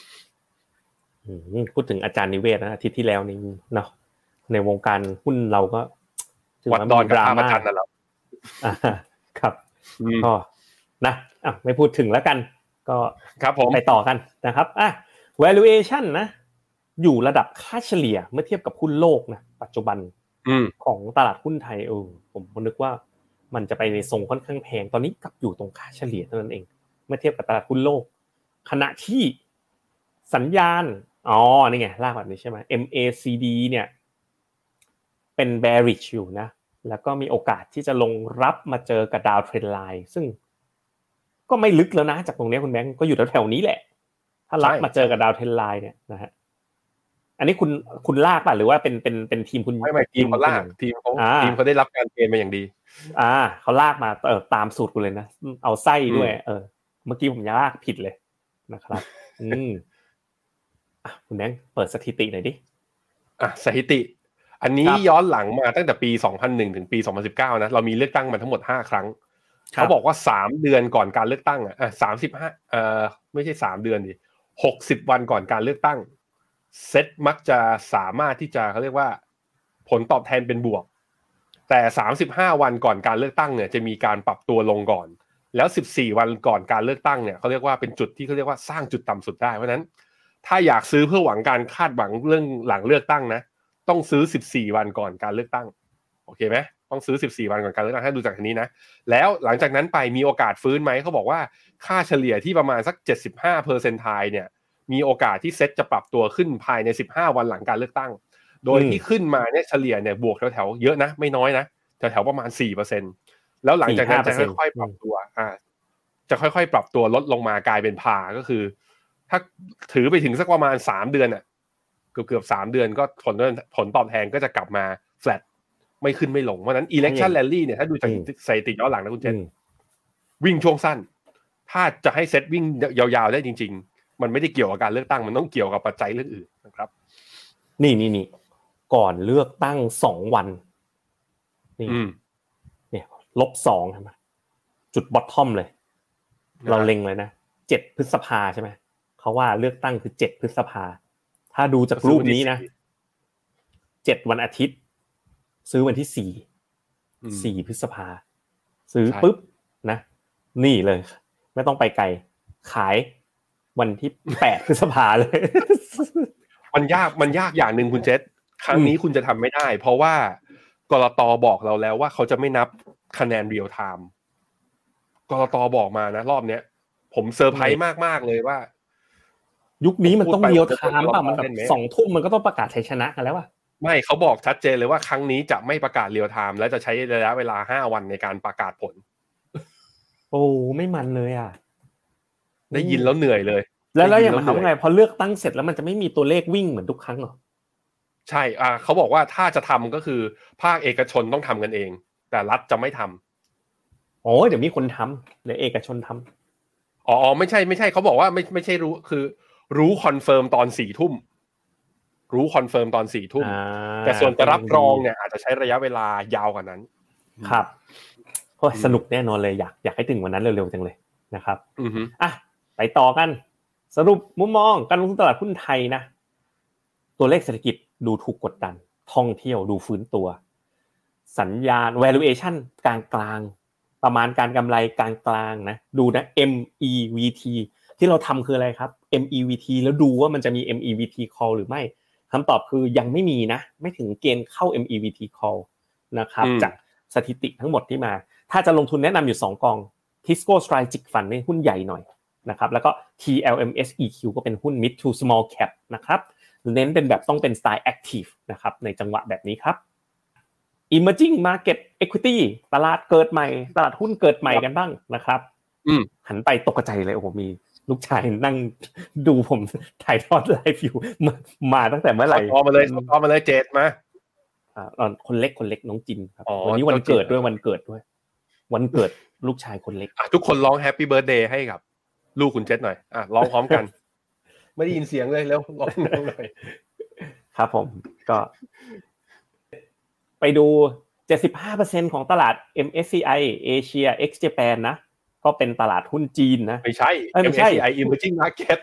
พูดถึงอาจารย์นิเวศนะอาทิตย์ที่แล้วนี้เนาะในวงการหุ้นเราก็วัดดอนกับท่าพระจันทร์นั่นแหละครับก็นะอ่ะไม่พูดถึงแล้วกันก็ครับผมไปต่อกันนะครับอ่ะ valuation นะอยู่ระดับค่าเฉลี่ยเมื่อเทียบกับหุ้นโลกนะปัจจุบันของตลาดหุ้นไทยเออผมนึกว่ามันจะไปในทรงค่อนข้างแพงตอนนี้กลับอยู่ตรงค่าเฉลี่ยเท่านั้นเองเมื่อเทียบกับตลาดหุ้นโลกขณะที่สัญญาณอ๋อนี่ไงลากแบบนี้ใช่ไหม เอ็ม เอ ซี ดี เนี่ยเป็น bearish อยู่นะแล้วก็มีโอกาสที่จะลงรับมาเจอกับดาวเทรนไลน์ซึ่งก็ไม่ลึกแล้วนะจากตรงนี้คุณแบงค์ก็อยู่แถวๆนี้แหละถ้ารับมาเจอกับดาวเทรนไลน์เนี่ยนะฮะอันนี้คุณคุณลากป่ะหรือว่าเป็นเป็นเป็นทีมคุณไม่ไม่ทีมเขาลากทีมเขาทีมเขาได้รับการเทรนมาอย่างดีอ่าเขาลากมาเออตามสูตรกูเลยนะเอาไส้ด้วยเออเมื่อกี้ผมยังลากผิดเลยนะครับอืมอ่ะคุณแบงค์เปิดสถิติหน่อยดิอ่ะสถิติอันนี้ย้อนหลังมาตั้งแต่ปีสองพันหนึ่งถึงปีสองพันสิบเก้านะเรามีเลือกตั้งมาทั้งหมดห้าครั้งเขาบอกว่าสามเดือนก่อนการเลือกตั้งอ่ะสามสิบห้าเอ่อไม่ใช่สามเดือนดิหกสิบวันก่อนการเลือกตั้งเซ็ตมักจะสามารถที่จะเขาเรียกว่าผลตอบแทนเป็นบวกแต่สามสิบห้าวันก่อนการเลือกตั้งเนี่ยจะมีการปรับตัวลงก่อนแล้วสิบสี่วันก่อนการเลือกตั้งเนี่ยเขาเรียกว่าเป็นจุดที่เขาเรียกว่าสร้างจุดต่ำสุดได้เพราะฉะนั้นถ้าอยากซื้อเพื่อหวังการคาดหวังเรื่องหลังเลือกตั้งนะต้องซื้อสิบสี่วันก่อนการเลือกตั้งโอเคไหมต้องซื้อสิบสี่วันก่อนการเลือกตั้งให้ดูจากนี้นะแล้วหลังจากนั้นไปมีโอกาสฟื้นไหมเขาบอกว่าค่าเฉลี่ยที่ประมาณสัก เจ็ดสิบห้าเปอร์เซ็นต์ ไทยเนี่ยมีโอกาสที่เซ็ตจะปรับตัวขึ้นภายในสิบห้าวันหลังการเลือกตั้งโดยที่ขึ้นมาเนี่ยเฉลี่ยเนี่ยบวกแถวๆเยอะนะไม่น้อยนะแถวๆประมาณ สี่เปอร์เซ็นต์ แล้วหลังจากนั้นจะค่อยๆปรับตัวอ่าจะค่อยๆปรับตัวลดลงมากลายเป็นพาก็คือถ้าถือไปถึงสักประมาณสามเดือนอ่ะเกือบๆสามเดือนก็ผลผลตอบแทนก็จะกลับมา flat ไม่ขึ้นไม่ลงเพราะนั้น election rally เนี่ยถ้าดูจากสถิติย้อนหลังนะคุณเจษวิ่งช่วงสั้นถ้าจะให้เซตวิ่งยาวๆได้จริงๆมันไม่ได้เกี่ยวกับการเลือกตั้งมันต้องเกี่ยวกับปัจจัยเรื่องอื่นนะครับนี่นี่นี่ก่อนเลือกตั้งสองวันนี่เนี่ยลบสองใช่ไหมจุดบอททอมเลยเราเล็งเลยนะเจ็ดพฤษภาใช่ไหมเขาว่าเลือกตั้งคือเจ็ดพฤษภาถ้าดูจากรูปนี้นะเจ็ดวันอาทิตย์ซื้อวันที่สี่สี่พฤษภาซื้อปุ๊บนะนี่เลยไม่ต้องไปไกลขายวันที่แปดพฤษภาเลยมันยากมันยากอย่างนึงคุณเจษครั้งนี้คุณจะทำไม่ได้เพราะว่ากลต.บอกเราแล้วว่าเขาจะไม่นับคะแนนเรียลไทม์กลต.บอกมานะรอบเนี้ยผมเซอร์ไพรส์มากๆเลยว่ายุคนี้มันต้องเรียลไทม์ป่ะมันแบบสองทุ่มมันก็ต้องประกาศชัยชนะกันแล้วว่ะไม่เขาบอกชัดเจนเลยว่าครั้งนี้จะไม่ประกาศเรียลไทม์และจะใช้ระยะเวลาห้าวันในการประกาศผลโอ้ไม่มันเลยอ่ะได้ยินแล้วเหนื่อยเลยแล้วแล้วอย่างมันทำไงพอเลือกตั้งเสร็จแล้วมันจะไม่มีตัวเลขวิ่งเหมือนทุกครั้งหรอใช่อ่าเขาบอกว่าถ้าจะทำก็คือภาคเอกชนต้องทำกันเองแต่รัฐจะไม่ทำโอ้เดี๋ยวมีคนทำเดี๋ยวเอกชนทำอ๋อไม่ใช่ไม่ใช่เขาบอกว่าไม่ไม่ใช่รู้คือรู้คอนเฟิร์มตอนสี่ทุ่มรู้คอนเฟิร์มตอนสี่ทุ่มแต่ส่วนจะรับรองเนี่ยอาจจะใช้ระยะเวลายาวกว่านั้นครับโอ้ยสนุกแน่นอนเลยอยากอยากให้ถึงวันนั้นเร็วๆจังเลยนะครับอ่ะไปต่อกันสรุปมุมมองการลงทุนตลาดหุ้นไทยนะตัวเลขเศรษฐกิจดูถูกกดดันท่องเที่ยวดูฟื้นตัวสัญญาณ valuation กลางๆประมาณการกำไรกลางๆนะดูนะ เอ็ม อี วี ที ที่เราทำคืออะไรครับ เอ็ม อี วี ที แล้วดูว่ามันจะมี เอ็ม อี วี ที call หรือไม่คำตอบคือยังไม่มีนะไม่ถึงเกณฑ์เข้า เอ็ม อี วี ที call นะครับจากสถิติทั้งหมดที่มาถ้าจะลงทุนแนะนำอยู่สองกอง Tisco Strategic Fund นี่หุ้นใหญ่หน่อยนะครับแล้วก็ ที แอล เอ็ม เอส อี คิว ก็เป็นหุ้น mid to small cap นะครับเน้นเป็นแบบต้องเป็นสไตล์ active นะครับในจังหวะแบบนี้ครับ emerging market equity ตลาดเกิดใหม่ตลาดหุ้นเกิดใหม่กันบ้างนะครับหันไปตกใจเลยโอ้โหมีลูกชายนั่งดูผมถ่ายทอดไลฟ์อยู่มามาตั้งแต่เมื่อไหร่ต่อมาเลยต่อมาเลยเจดมาอ่าคนเล็กคนเล็กน้องจินครับวันนี้วันเกิดด้วยวันเกิดด้วยวันเกิดลูกชายคนเล็กอ่ะทุกคนร้องแฮปปี้เบิร์ธเดย์ให้กับลูกคุณเจดหน่อยอ่ะร้องพร้อมกันไม่ได้ยินเสียงเลยแล้วร้องหน่อยครับผมก็ไปดู เจ็ดสิบห้าเปอร์เซ็นต์ ของตลาด เอ็ม เอส ซี ไอ Asia Ex Japan นะก็เป็นตลาดหุ้นจีนนะไม่ใช่ เอ็ม เอส ซี ไอ Emerging Market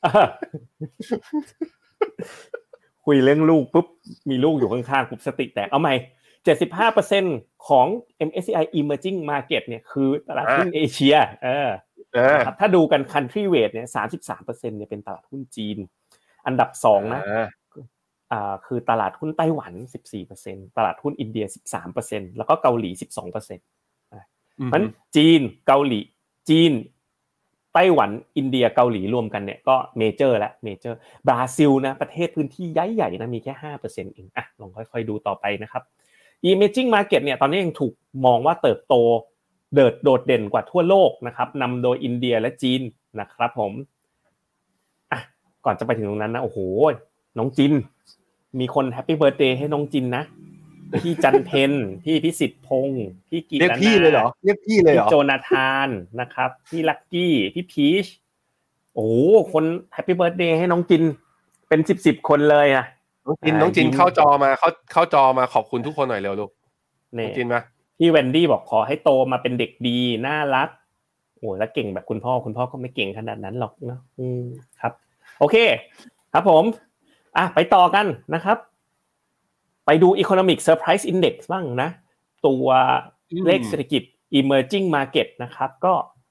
คุยเรื่องลูกปุ๊บมีลูกอยู่ข้างๆปุ๊บสติแตกเอาใหม่ เจ็ดสิบห้าเปอร์เซ็นต์ ของ เอ็ม เอส ซี ไอ Emerging Market เนี่ยคือตลาดหุ้นเอเชียเออครับถ้าดูกัน country weight เนี่ย สามสิบสามเปอร์เซ็นต์ เนี่ยเป็นตลาดหุ้นจีนอันดับสองนะอ่าคือตลาดหุ้นไต้หวัน สิบสี่เปอร์เซ็นต์ ตลาดหุ้นอินเดีย สิบสามเปอร์เซ็นต์ แล้วก็เกาหลี สิบสองเปอร์เซ็นต์ มันจีนเกาหลีจีนไต้หวันอินเดียเกาหลีรวมกันเนี่ยก็เมเจอร์แล้วเมเจอร์บราซิลนะประเทศพื้นที่ใหญ่ๆนะมีแค่ ห้าเปอร์เซ็นต์ เองอ่ะลองค่อยๆดูต่อไปนะครับ Emerging Market เนี่ยตอนนี้ยังถูกมองว่าเติบโตเดิดโดดเด่นกว่าทั่วโลกนะครับนำโดยอินเดียและจีนนะครับผมอ่ะก่อนจะไปถึงตรงนั้นนะโอ้โหน้องจินมีคนแฮปปี้เบิร์ธเดย์ให้น้องจินนะพี่จันเพ็ญพี่พิสิทธิ์พงษ์พี่กีตนาเรียกพี่เลยเหรอเรียกพี่เลยเหรอพี่โจนาธานนะครับพี่ลักกี้พี่พีชโอ้คนแฮปปี้เบิร์ธเดย์ให้น้องจินเป็นสิบๆคนเลยนะน้องจินน้องจินเข้าจอมาเข้าเข้าจอมาขอบคุณทุกคนหน่อยเร็วลูกน้องจินมาพี่แวนดี้บอกขอให้โตมาเป็นเด็กดีน่ารักโอ้แล้วเก่งแบบคุณพ่อคุณพ่อก็ไม่เก่งขนาดนั้นหรอกเนาะอืมครับโอเคครับผมอ่ะไปต่อกันนะครับไปดู Economic Surprise Index บ้างนะตัวเลขเศรษฐกิจ Emerging Market นะครับก็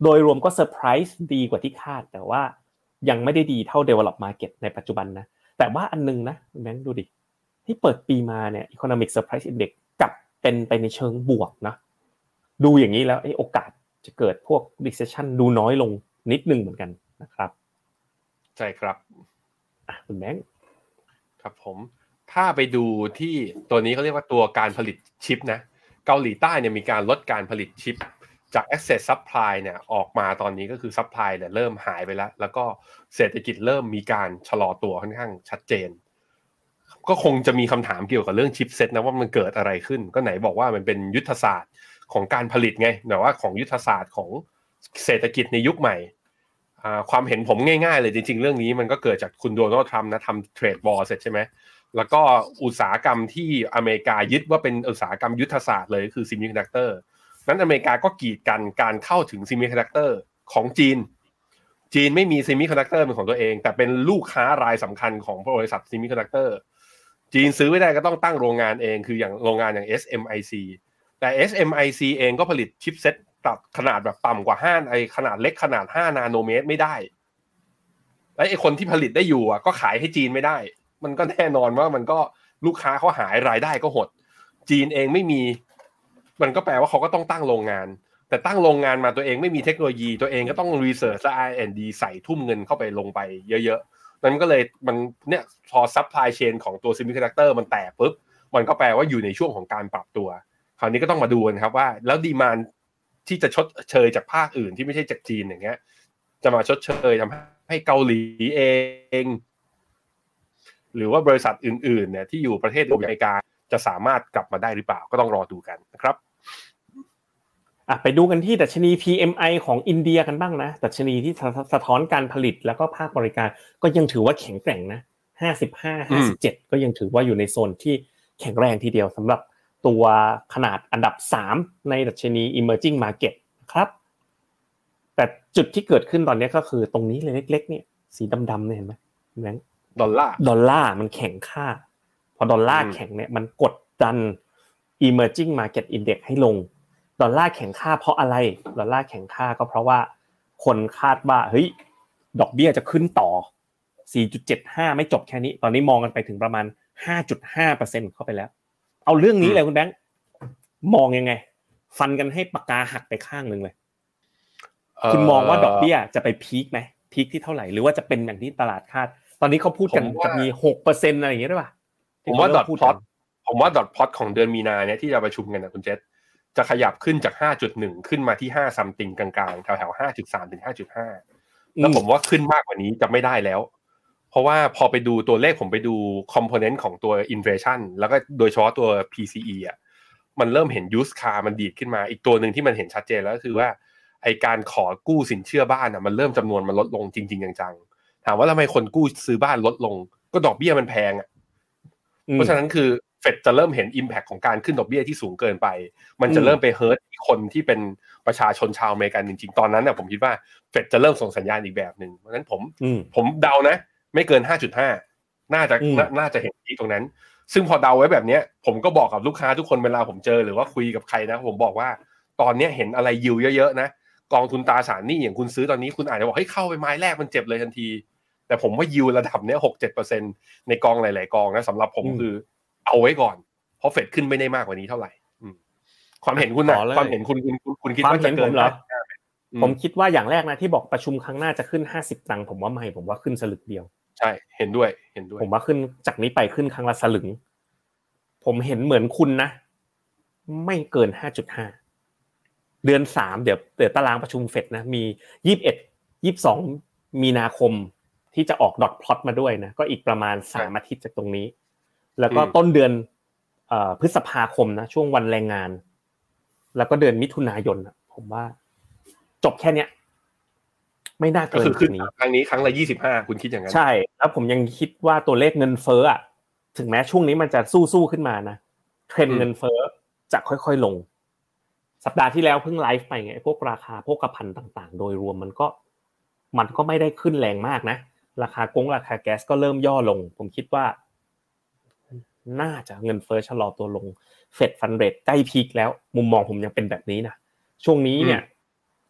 โดยรวมก็เซอร์ไพรส์ดีกว่าที่คาดแต่ว่ายังไม่ได้ดีเท่า develop market ในปัจจุบันนะแต่ว่าอันนึงนะแบงค์ดูดิที่เปิดปีมาเนี่ย economic surprise index กลับเป็นไปในเชิงบวกนะดูอย่างนี้แล้วไอ้โอกาสจะเกิดพวก recession ดูน้อยลงนิดนึงเหมือนกันนะครับใช่ครับอ่ะคุณแบงค์ครับผมถ้าไปดูที่ตัวนี้เขาเรียกว่าตัวการผลิตชิปนะเกาหลีใต้เนี่ยมีการลดการผลิตชิปจาก access supply เนี่ยออกมาตอนนี้ก็คือ supply เนี่ยเริ่มหายไปแล้วแล้วก็เศรษฐกิจเริ่มมีการชะลอตัวค่อนข้างชัดเจนก็คงจะมีคำถามเกี่ยวกับเรื่องชิปเซ็ตนะว่ามันเกิดอะไรขึ้นก็ไหนบอกว่ามันเป็นยุทธศาสตร์ของการผลิตไงแต่ว่าของยุทธศาสตร์ของเศรษฐกิจในยุคใหม่ความเห็นผมง่ายๆเลยจริงๆเรื่องนี้มันก็เกิดจากคุณโดนัลด์ทรัมป์นะทำเทรดวอร์เสร็จใช่ไหมแล้วก็อุตสาหกรรมที่อเมริกายึดว่าเป็นอุตสาหกรรมยุทธศาสตร์เลยคือซิมิคอนดักเตอร์นั้นอเมริกาก็กีดกันการเข้าถึงซิมิคอนดักเตอร์ของจีนจีนไม่มีซิมิคอนดักเตอร์เป็นของตัวเองแต่เป็นลูกค้ารายสำคัญของบริษัทซิมิคอนดักเตอร์จีนซื้อไม่ได้ก็ต้องตั้งโรงงานเองคืออย่างโรงงานอย่าง เอส เอ็ม ไอ ซี แต่ เอส เอ็ม ไอ ซี เองก็ผลิตชิปเซ็ตตัดขนาดแบบต่ำกว่าห้าไอขนาดเล็กขนาดห้านาโนเมตรไม่ได้และไอคนที่ผลิตได้อยู่อ่ะก็ขายให้จีนไม่ได้มันก็แน่นอนว่ามันก็ลูกค้าเขาหายรายได้ก็หดจีนเองไม่มีมันก็แปลว่าเขาก็ต้องตั้งโรงงานแต่ตั้งโรงงานมาตัวเองไม่มีเทคโนโลยีตัวเองก็ต้องรีเสิร์ชและ อาร์ แอนด์ ดี ใส่ทุ่มเงินเข้าไปลงไปเยอะๆนั้นก็เลยมันเนี่ยพอซัพพลายเชนของตัวซิมิคอนดักเตอร์มันแตกปุ๊บมันก็แปลว่าอยู่ในช่วงของการปรับตัวคราวนี้ก็ต้องมาดูกันครับว่าแล้วดีมานด์ที่จะชดเชยจากภาคอื่นที่ไม่ใช่จากจีนอย่างเงี้ยจะมาชดเชยทำให้เกาหลีเองหรือว่าบริษัทอื่นๆเนี่ยที่อยู่ประเทศอเมริกาจะสามารถกลับมาได้หรือเปล่าก็ต้องรอดูกันนะครับอ่ะไปดูกันที่ดัชนี พี เอ็ม ไอ ของอินเดียกันบ้างนะดัชนีที่สะท้อนการผลิตแล้วก็ภาคบริการก็ยังถือว่าแข็งแกร่งนะห้าสิบห้า ห้าสิบเจ็ดก็ยังถือว่าอยู่ในโซนที่แข็งแรงทีเดียวสำหรับตัวขนาดอันดับสามในดัชนี Emerging Market ครับแต่จุดที่เกิดขึ้นตอนนี้ก็คือตรงนี้เลยเล็กๆเนี่ยสีดำๆเนี่ยเห็นไหมแบงค์ดอลลาร์ดอลลาร์มันแข็งค่าพอดอลลาร์แข็งเนี่ยมันกดดัน Emerging Market Index ให้ลงดอลลาร์แข็งค่าเพราะอะไรดอลลาร์แข็งค่าก็เพราะว่าคนคาดว่าเฮ้ยดอกเบี้ยจะขึ้นต่อ สี่จุดเจ็ดห้า ไม่จบแค่นี้ตอนนี้มองกันไปถึงประมาณ ห้าจุดห้าเปอร์เซ็นต์ เข้าไปแล้วเอาเรื่องนี้เลยคุณแบงค์มองยังไงฟันกันให้ปากกาหักไปข้างนึงเลยคุณมองว่าดอกเบี้ยจะไปพีคมั้ยพีคที่เท่าไหร่หรือว่าจะเป็นอย่างที่ตลาดคาดตอนนี้เขาพูดกันจะมี หกเปอร์เซ็นต์ อะไรอย่างเงี้ยด้วยป่ะผมว่าดอทพลอตผมว่าดอทพลอตของเดือนมีนาเนี่ยที่จะประชุมกันนะคุณเจษจะขยับขึ้นจาก ห้าจุดหนึ่ง ขึ้นมาที่ห้าซัมติงกลางๆแถวๆ ห้าจุดสาม ถึง ห้าจุดห้า แล้วผมว่าขึ้นมากกว่านี้จะไม่ได้แล้วเพราะว่าพอไปดูตัวเลขผมไปดูคอมโพเนนต์ของตัวอินเฟลชั่นแล้วก็โดยเฉพาะตัว พี ซี อี อ่ะมันเริ่มเห็นยูสคาร์มันดีดขึ้นมาอีกตัวนึงที่มันเห็นชัดเจนแล้วก็คือว่าไอการขอกู้สินเชื่อบ้านอ่ะมันเริ่มจำนวนมันลดลงจริงๆจังๆถามว่าทำไมคนกู้ซื้อบ้านลดลงก็ดอกเบี้ยมันแพงอ่ะเพราะฉะนั้นคือเฟดจะเริ่มเห็น impact ของการขึ้นดอกเบี้ยที่สูงเกินไปมันจะเริ่มไปเฮิร์ตคนที่เป็นประชาชนชาวอเมริกันจริงๆตอนนั้นน่ะผมคิดว่าเฟดจะเริ่มส่งสัญญาณอีกแบบนึงเพราะฉะนั้นผมผมเดานะไม่เกิน ห้าจุดห้า น่าจะน่าจะเห็นที่ตรงนั้นซึ่งพอเดาไว้แบบนี้ผมก็บอกกับลูกค้าทุกคนเวลาผมเจอหรือว่าคุยกับใครนะผมบอกว่าตอนนี้เห็นอะไรยิวเยอะๆนะกองทุนตราสารหนี้อย่างคุณซื้อตอนนี้คุณอาจจะบอกเฮ้ยเข้าไปไม้แรกมันเจ็บเลยทันทีแต่ผมว่ายิวระดับเนี้ย หกเจ็ดเปอร์เซ็นต์ ในกองหลายๆกองนะสำหรับผมคือเอาไว้ก่อนเพราะเฟดขึ้นไม่ได้มากกว่านี้เท่าไหร่ความเห็นคุณนะความเห็นคุณคุณคุณคิดว่าจะเกินเหรอผมคิดว่าอย่างแรกนะที่บอกประชุมครั้งหน้าจะขึ้นห้าสิบตังค์ผมว่าไม่ผมว่าขึ้นสลึงเดียวใช่เห็นด้วยเห็นด้วยผมว่าขึ้นจากนี้ไปขึ้นครั้งละสลึงผมเห็นเหมือนคุณนะไม่เกิน ห้าจุดห้า เดือนสามเดี๋ยวเดี๋ยวตารางประชุมเฟดนะมียี่สิบเอ็ด ยี่สิบสองมีนาคมที่จะออกดอทพลอตมาด้วยนะก็อีกประมาณสามอาทิตย์จากตรงนี้แล้วก็ต้นเดือนเอ่อพฤษภาคมนะช่วงวันแรงงานแล้วก็เดือนมิถุนายนนะผมว่าจบแค่เนี้ยไม่น่าเกินคือขึ้นนี้ครั้งนี้ครั้งละยี่สิบห้าคุณคิดอย่างนั้นใช่แล้วผมยังคิดว่าตัวเลขเงินเฟ้ออ่ะถึงแม้ช่วงนี้มันจะสู้ๆขึ้นมานะเทรนด์เงินเฟ้อจะค่อยๆลงสัปดาห์ที่แล้วเพิ่งไลฟ์ไปไงพวกราคาพวกกระพันต่างๆโดยรวมมันก็มันก็ไม่ได้ขึ้นแรงมากนะราคากงราคาแก๊สก็เริ่มย่อลงผมคิดว่าน่าจะเงินเฟ้อชะลอตัวลงเฟดฟันเรทใกล้พีคแล้วมุมมองผมยังเป็นแบบนี้นะช่วงนี้เนี่ย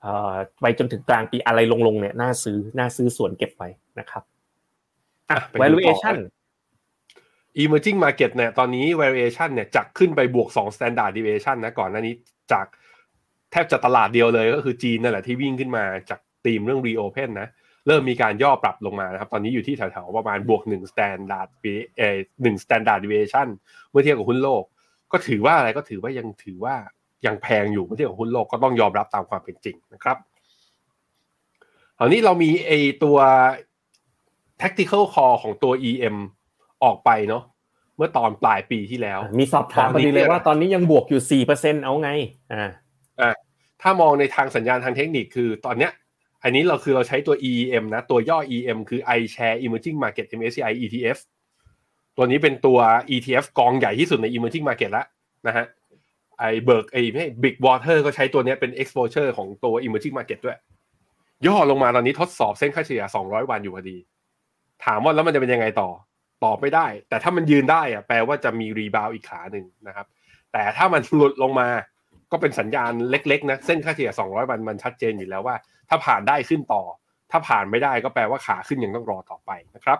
เอ่อไปจนถึงกลางปีอะไรลงๆเนี่ยน่าซื้อน่าซื้อส่วนเก็บไว้นะครับอ่ะ valuation emerging market เนี่ยตอนนี้ valuation เนี่ยจักขึ้นไปบวกสอง standard deviation นะก่อนหน้านี้จากแทบจะตลาดเดียวเลยก็คือจีนนั่นแหละที่วิ่งขึ้นมาจากธีมเรื่อง reopen นะเริ่มมีการย่อปรับลงมานะครับตอนนี้อยู่ที่แถวๆประมาณบวกหนึ่ง standard เอ่อหนึ่ง standard deviation เมื่อเทียบกับหุ้นโลกก็ถือว่าอะไรก็ถือว่ายังถือว่ายังแพงอยู่เมื่อเทียบกับหุ้นโลกก็ต้องยอมรับตามความเป็นจริงนะครับคราวนี้เรามีไอตัว tactical call ของตัว อี เอ็ม ออกไปเนาะเมื่อตอนปลายปีที่แล้วมีสอบถามพอดีเลยว่าตอนนี้ยังบวกอยู่ สี่เปอร์เซ็นต์ เอาไงอ่าอ่าถ้ามองในทางสัญญาณทางเทคนิคคือตอนเนี้ยอันนี้เราคือเราใช้ตัว อี เอ็ม นะตัวย่อ อี เอ็ม คือ iShare Emerging Market เอ็ม เอส ซี ไอ อี ที เอฟ ตัวนี้เป็นตัว อี ที เอฟ กองใหญ่ที่สุดใน Emerging Market แล้วนะฮะไอเบิร์กไอไม่ Big Water ก็ใช้ตัวนี้เป็น exposure ของตัว Emerging Market ด้วยย่อลงมาตอนนี้ทดสอบเส้นค่าเฉลี่ยสองร้อยวันอยู่พอดีถามว่าแล้วมันจะเป็นยังไงต่อตอบไม่ได้แต่ถ้ามันยืนได้อะแปลว่าจะมีรีบาวอีกขาหนึ่งนะครับแต่ถ้ามันหลุดลงมาก็เป็นสัญญาณเล็กๆนะเส้นค่าเฉลี่ยสองร้อยวันมันชัดเจนอยู่แล้วว่าถ้าผ่านได้ขึ้นต่อถ้าผ่านไม่ได้ก็แปลว่าขาขึ้นยังต้องรอต่อไปนะครับ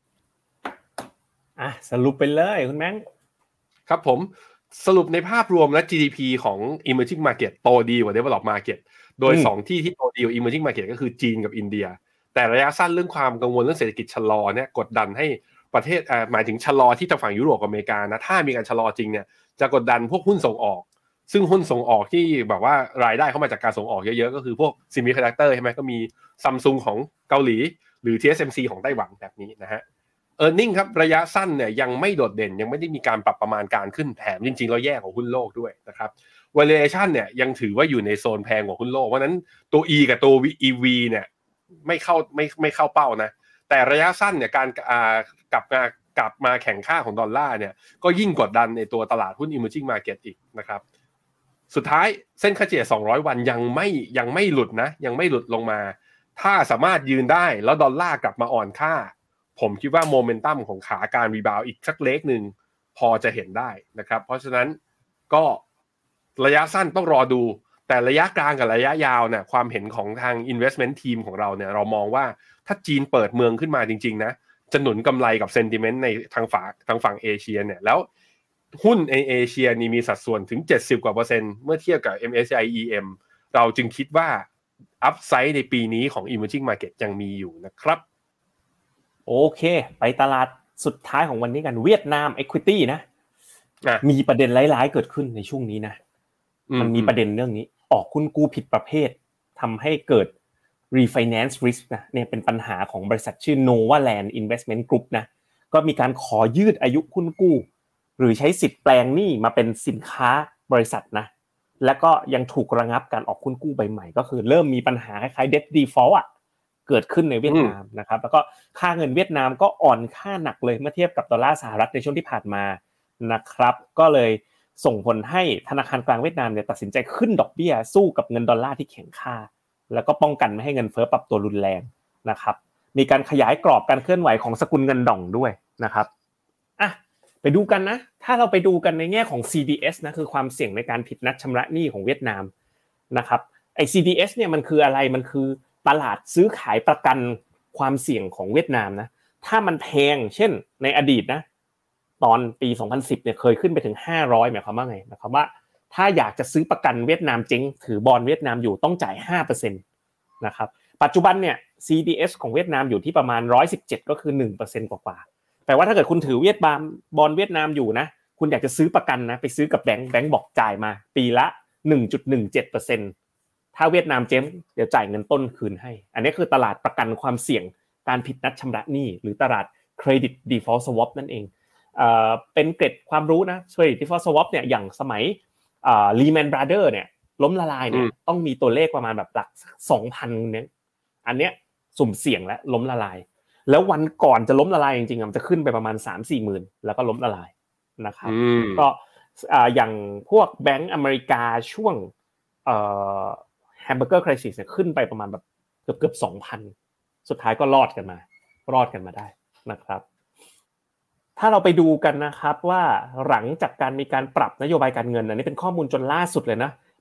อ่ะสรุปไปเลยคุณแม่งครับผมสรุปในภาพรวมและ จี ดี พี ของ Emerging Market โตดีกว่า Develop Market โดยสองที่ที่โตดีกว่า Emerging Market ก็คือจีนกับอินเดียแต่ระยะสั้นเรื่องความกังวลเรื่องเศรษฐกิจชะลอเนี่ยกดดันให้ประเทศอ่าหมายถึงชะลอที่ทางฝั่งยุโรปกับอเมริกานะถ้ามีการชะลอจริงเนี่ยจะกดดันพวกหุ้นส่งออกซึ่งหุ้นส่งออกที่แบบว่ารายได้เข้ามาจากการส่งออกเยอะๆก็คือพวก Semiconductor ใช่ไหมก็มี Samsung ของเกาหลีหรือ ที เอส เอ็ม ซี ของไต้หวันแบบนี้นะฮะ earning ครับระยะสั้นเนี่ยยังไม่โดดเด่นยังไม่ได้มีการปรับประมาณการขึ้นแถมจริงๆเราแย่กว่าหุ้นโลกด้วยนะครับ valuation เนี่ยยังถือว่าอยู่ในโซนแพงกว่าหุ้นโลกเพราะนั้นตัว E กับตัว อี วี เนี่ยไม่เข้าไม่ไม่เข้าเป้านะแต่ระยะสั้นเนี่ยการอ่ากลับมากลับมาแข่งค่าของดอลลาร์เนี่ยก็ยิ่งกดดันในตัวตลาดหุ้น emerging market อีกนะครับสุดท้ายเส้นค่าเฉลี่ยสองร้อยวันยังไม่ยังไม่หลุดนะยังไม่หลุดลงมาถ้าสามารถยืนได้แล้วดอลลาร์กลับมาอ่อนค่าผมคิดว่าโมเมนตัมของขาการรีบาวด์อีกสักเล็กนึงพอจะเห็นได้นะครับเพราะฉะนั้นก็ระยะสั้นต้องรอดูแต่ระยะกลางกับระยะยาวเนี่ยความเห็นของทาง investment team ของเราเนี่ยเรามองว่าถ้าจีนเปิดเมืองขึ้นมาจริงๆนะจะหนุนกำไรกับ sentiment ในทางฝั่งทางฝั่งเอเชียเนี่ยแล้วหุ้นในเอเชียนี่มีสัดส่วนถึงเจ็ดสิบกว่าเปอร์เซ็นต์เมื่อเทียบกับ เอ็ม เอส ซี ไอ อี เอ็ม เราจึงคิดว่าอัพไซด์ในปีนี้ของ emerging market ยังมีอยู่นะครับโอเคไปตลาดสุดท้ายของวันนี้กันเวียดนาม equity นะมีประเด็นร้ายๆเกิดขึ้นในช่วงนี้นะมันมีประเด็นเรื่องนี้ออกหุ้นกู้ผิดประเภททำให้เกิด refinance risk นะเนี่ยเป็นปัญหาของบริษัทชื่อ Novaland Investment Group นะก็มีการขอยืดอายุหุ้นกู้หรือใช้สิทธิ์แปลงหนี้มาเป็นสินค้าบริษัทนะแล้วก็ยังถูกระงับการออกหุ้นกู้ใบใหม่ก็คือเริ่มมีปัญหาคล้ายๆ debt default อ่ะเกิดขึ้นในเวียดนามนะครับแล้วก็ค่าเงินเวียดนามก็อ่อนค่าหนักเลยเมื่อเทียบกับดอลลาร์สหรัฐในช่วงที่ผ่านมานะครับก็เลยส่งผลให้ธนาคารกลางเวียดนามเนี่ยตัดสินใจขึ้นดอกเบี้ยสู้กับเงินดอลลาร์ที่แข็งค่าแล้วก็ป้องกันไม่ให้เงินเฟ้อปรับตัวรุนแรงนะครับมีการขยายกรอบการเคลื่อนไหวของสกุลเงินดองด้วยนะครับอ่ะไปดูกันนะถ้าเราไปดูกันในแง่ของ ซี ดี เอส นะคือความเสี่ยงในการผิดนัดชำระหนี้ของเวียดนามนะครับไอ้ ซี ดี เอส เนี่ยมันคืออะไรมันคือตลาดซื้อขายประกันความเสี่ยงของเวียดนามนะถ้ามันแพงเช่นในอดีตนะตอนปีสองพันสิบเนี่ยเคยขึ้นไปถึงห้าร้อยหมายความว่าไงหมายความว่าถ้าอยากจะซื้อประกันเวียดนามเจ๊งถือบอนด์เวียดนามอยู่ต้องจ่าย ห้าเปอร์เซ็นต์ นะครับปัจจุบันเนี่ย ซี ดี เอส ของเวียดนามอยู่ที่ประมาณหนึ่งร้อยสิบเจ็ดก็คือ หนึ่งเปอร์เซ็นต์ กว่าๆแปลว่าถ้าเกิดคุณถือเวียดนามบอนด์เวียดนามอยู่นะคุณอยากจะซื้อประกันนะไปซื้อกับแบงค์แบงค์บอกจ่ายมาปีละ หนึ่งจุดหนึ่งเจ็ดเปอร์เซ็นต์ ถ้าเวียดนามเจ๊งเดี๋ยวจ่ายเงินต้นคืนให้อันนี้คือตลาดประกันความเสี่ยงการผิดนัดชำระหนี้หรือตลาด Credit Default Swap นั่นเองเอ่อเป็นเกร็ดความรู้นะ Credit Default Swap เนี่ยอย่างสมัยอ่า Lehman Brothers เนี่ยล้มละลายเนี่ยต้องมีตัวเลขประมาณแบบหลัก สองพัน เนี่ยอันเนี้ยสุ่มเสี่ยงและล้มละลายแล้ววันก่อนจะล้มละลายจริงๆมันจะขึ้นไปประมาณ สามถึงสี่หมื่น แล้วก็ล้มละลายนะครับก็อ่าอย่างพวกแบงก์อเมริกาช่วงเอ่อ Hamburger Crisis เนี่ยขึ้นไปประมาณแบบเกือบๆ สองพัน สุดท้ายก็รอดกันมารอดกันมาได้นะครับถ้าเราไปดูกันนะครับว่าหลังจากการมีการปรับนโยบายการเงินอันนี้เป็นข้อมูลจนล่าสุดเลยนะ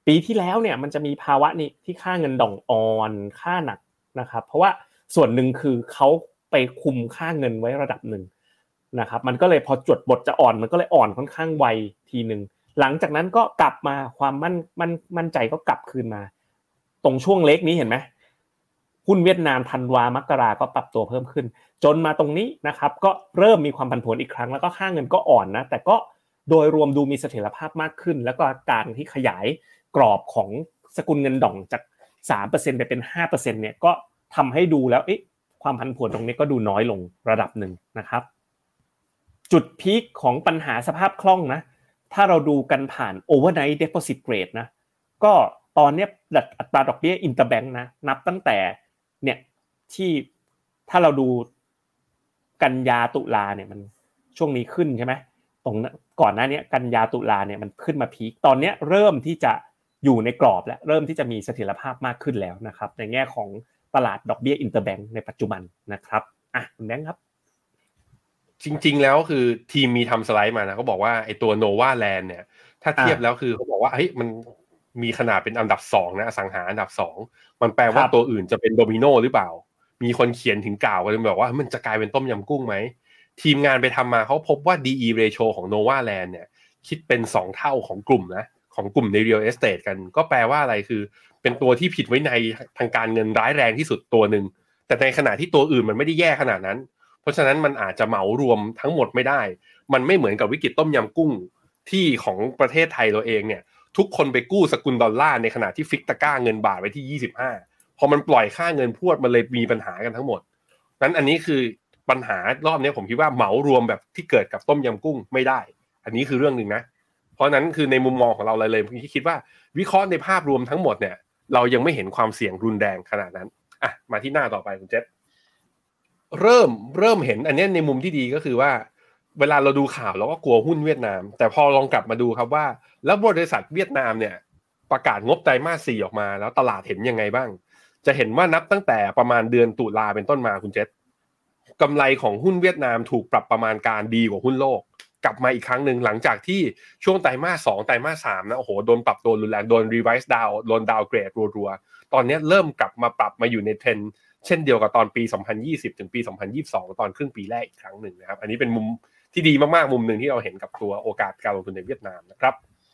ปีที่แล้วเนี่ยมันจะมีภาวะนี้ที่ค่าเงินดองอ่อนค่าหนักนะครับเพราะว่าส่วนหนึ่งคือเขาไปคุมค่าเงินไว้ระดับหนึ่งนะครับมันก็เลยพอจดบทจะอ่อนมันก็เลยอ่อนค่อนข้างไวทีนึงหลังจากนั้นก็กลับมาความมั่นมั่นมั่นใจก็กลับคืนมาตรงช่วงเล็กนี้เห็นไหมหุ้นเวียดนามธันวามกราก็ปรับตัวเพิ่มขึ้นจนมาตรงนี้นะครับก็เริ่มมีความผันผวนอีกครั้งแล้วก็ค่าเงินก็อ่อนนะแต่ก็โดยรวมดูมีเสถียรภาพมากขึ้นแล้วก็การที่ขยายกรอบของสกุลเงินดองจาก สามเปอร์เซ็นต์ ไปเป็น ห้าเปอร์เซ็นต์ เนี่ยก็ทำให้ดูแล้วเอ๊ะความผันผวนตรงนี้ก็ดูน้อยลงระดับหนึ่งนะครับจุดพีคของปัญหาสภาพคล่องนะถ้าเราดูกันผ่าน overnight deposit rate นะก็ตอนนี้อัตราดอกเบี้ย interbank นะนับตั้งแต่เนี่ยที่ถ้าเราดูกันยาตุลาเนี่ยมันช่วงนี้ขึ้นใช่ไหมตรงก่อนหน้านี้กันยาตุลาเนี่ยมันขึ้นมาพีคตอนนี้เริ่มที่จะอยู่ในกรอบและเริ่มที่จะมีเสถียรภาพมากขึ้นแล้วนะครับในแง่ของตลาดดอกเบี้ย interbank ในปัจจุบันนะครับอ่ะคุณแบงค์ครับจริงๆแล้วคือทีมมีทำสไลด์มานะเขาบอกว่าไอ้ตัว Nova Land เนี่ยถ้าเทียบแล้วคือเขาบอกว่าเฮ้ยมันมีขนาดเป็นอันดับสองนะอสังหาอันดับสองมันแปลว่าตัวอื่นจะเป็นโดมิโนหรือเปล่ามีคนเขียนถึงกล่าวกันแบบว่ามันจะกลายเป็นต้มยำกุ้งไหมทีมงานไปทำมาเขาพบว่า ดี อี ratio ของ Nova Land เนี่ยคิดเป็นสองเท่าของกลุ่มนะของกลุ่มใน real estate กันก็แปลว่าอะไรคือเป็นตัวที่ผิดไว้ในทางการเงินร้ายแรงที่สุดตัวนึงแต่ในขณะที่ตัวอื่นมันไม่ได้แย่ขนาดนั้นเพราะฉะนั้นมันอาจจะเหมารวมทั้งหมดไม่ได้มันไม่เหมือนกับวิกฤตต้มยำกุ้งที่ของประเทศไทยเราเองเนี่ยทุกคนไปกู้สกุลดอลลาร์ในขณะที่ฟิกตะกร้าเงินบาทไว้ที่ยี่สิบห้าพอมันปล่อยค่าเงินพรวดมันเลยมีปัญหากันทั้งหมดนั้นอันนี้คือปัญหารอบนี้ผมคิดว่าเหมารวมแบบที่เกิดกับต้มยำกุ้งไม่ได้อันนี้คือเรื่องนึงนะเพราะนั้นคือในมุมมองของเราเลยเลยผมคิดว่าวิเคราะห์ในภาพรวมทั้งหมดเนี่ยเรายังไม่เห็นความเสี่ยงรุนแรงขนาดนั้นอ่ะมาที่หน้าต่อไปคุณเจษเริ่มเริ่มเห็นอันนี้ในมุมที่ดีก็คือว่าเวลาเราดูข่าวเราก็กลัวหุ้นเวียดนามแต่พอลองกลับมาดูครับว่าแล้วบริษัทเวียดนามเนี่ยประกาศงบไตรมาสสี่ออกมาแล้วตลาดเห็นยังไงบ้างจะเห็นว่านับตั้งแต่ประมาณเดือนตุลาเป็นต้นมาคุณเจษกำไรของหุ้นเวียดนามถูกปรับประมาณการดีกว่าหุ้นโลกกลับมาอีกครั้งหนึ่งหลังจากที่ช่วงไตรมาสสองไตรมาสสามนะโอ้โหโดนปรับตัวรุนแรงโดน revise down โดน downgrade รัวๆตอนนี้เริ่มกลับมาปรับมาอยู่ในเทรนด์เช่นเดียวกับตอนปีสองพันยี่สิบถึงปีสองพันยี่สิบสองตอนครึ่งปีแรกอีกครั้งหนึ่งนะครับอันนี้เป็นมุมที่ดีมากๆมุมหนึ่งที่เราเห็นกับตัวโอกาสการลงทุนในเวียดนามนะครับ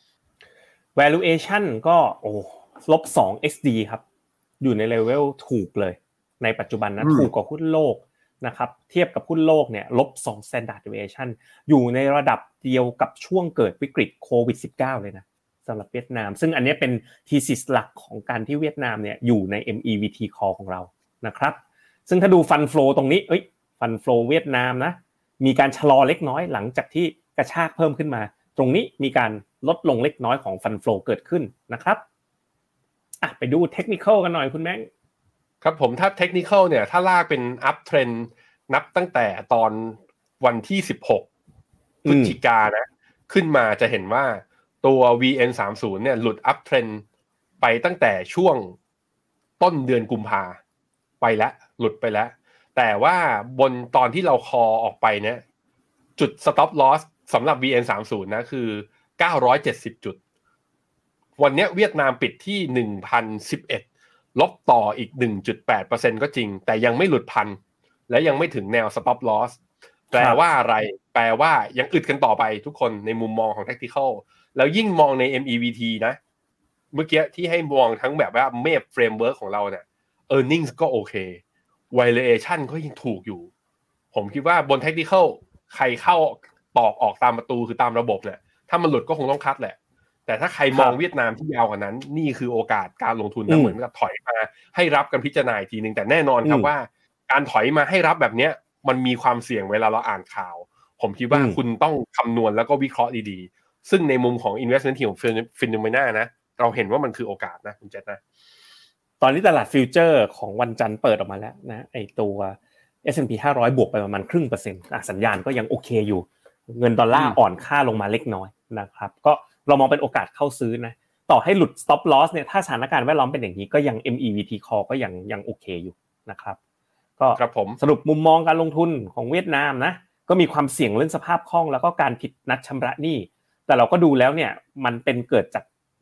valuation ก็โอ้ลบสอง เอ็กซ์ ดี ครับอยู่ในเลเวลถูกเลยในปัจจุบันนะถูกกว่าหุ้นโลกนะครับเทียบกับหุ้นโลกเนี่ยลบสอง standard deviation อยู่ในระดับเดียวกับช่วงเกิดวิกฤตโควิด สิบเก้า เลยนะสำหรับเวียดนามซึ่งอันนี้เป็น thesis หลักของการที่เวียดนามเนี่ยอยู่ใน เอ็ม อี วี ที Call ของเรานะครับซึ่งถ้าดู Fund Flow ตรงนี้เอ้ย Fund Flow เวียดนามนะมีการชะลอเล็กน้อยหลังจากที่กระชากเพิ่มขึ้นมาตรงนี้มีการลดลงเล็กน้อยของ Fund Flow เกิดขึ้นนะครับอ่ะไปดู Technical กันหน่อยคุณแม่งครับผมถ้า Technical เนี่ยถ้าลากเป็น Up Trend นับตั้งแต่ตอนวันที่สิบหกพฤศจิกายนนะขึ้นมาจะเห็นว่าตัว วี เอ็น สามสิบ เนี่ยหลุด Up Trend ไปตั้งแต่ช่วงต้นเดือนกุมภาไปแล้วหลุดไปแล้วแต่ว่าบนตอนที่เราคอออกไปเนี่ยจุด Stop Loss สำหรับ วี เอ็น สามสิบ นะคือเก้าร้อยเจ็ดสิบจุดวันนี้เวียดนามปิดที่ หนึ่งพันสิบเอ็ด ลบต่ออีก หนึ่งจุดแปดเปอร์เซ็นต์ ก็จริงแต่ยังไม่หลุดพันและยังไม่ถึงแนว Stop Loss แปลว่าอะไรแปลว่ายังอึดกันต่อไปทุกคนในมุมมองของ Tactical แล้วยิ่งมองใน เอ็ม อี วี ที นะเมื่อกี้ที่ให้มองทั้งแบบว่าเมฟ framework ของเราเนี่ย earnings ก็โอเค valuation ก็ยังถูกอยู่ผมคิดว่าบน Tactical ใครเข้าตอกออกตามประตูคือตามระบบเนี่ยถ้ามันหลุดก็คงต้องคัดแหละแต่ถ้าใครมองเวียดนามที่ยาวกว่านั้นนี่คือโอกาสการลงทุนนะเหมือนกับถอยมาให้รับกันพิจารณาอีกทีนึงแต่แน่นอนครับว่าการถอยมาให้รับแบบเนี้ยมันมีความเสี่ยงเวลาเราอ่านข่าวผมคิดว่าคุณต้องคำนวณแล้วก็วิเคราะห์ดีๆซึ่งในมุมของ investment team ของ Phenomena นะเราเห็นว่ามันคือโอกาสนะคุณเจษนะตอนนี้ตลาดฟิวเจอร์ของวันจันทร์เปิดออกมาแล้วนะไอตัว เอส แอนด์ พี ห้าร้อยบวกไปประมาณครึ่งเปอร์เซ็นต์อ่ะสัญญาณก็ยังโอเคอยู่เงินดอลลาร์อ่อนค่าลงมาเล็กน้อยนะครับก็เรามองเป็นโอกาสเข้าซื้อนะต่อให้หลุด stop loss เนี่ยถ้าสถานการณ์แวดล้อมเป็นอย่างนี้ก็ยัง เอ็ม อี วี ที Call ก็ยังยังโอเคอยู่นะครับก็สรุปมุมมองการลงทุนของเวียดนามนะก็มีความเสี่ยงเรื่องสภาพคล่องแล้วก็การผิดนัดชำระหนี้แต่เราก็ดูแล้วเนี่ยมันเป็นเกิดจาก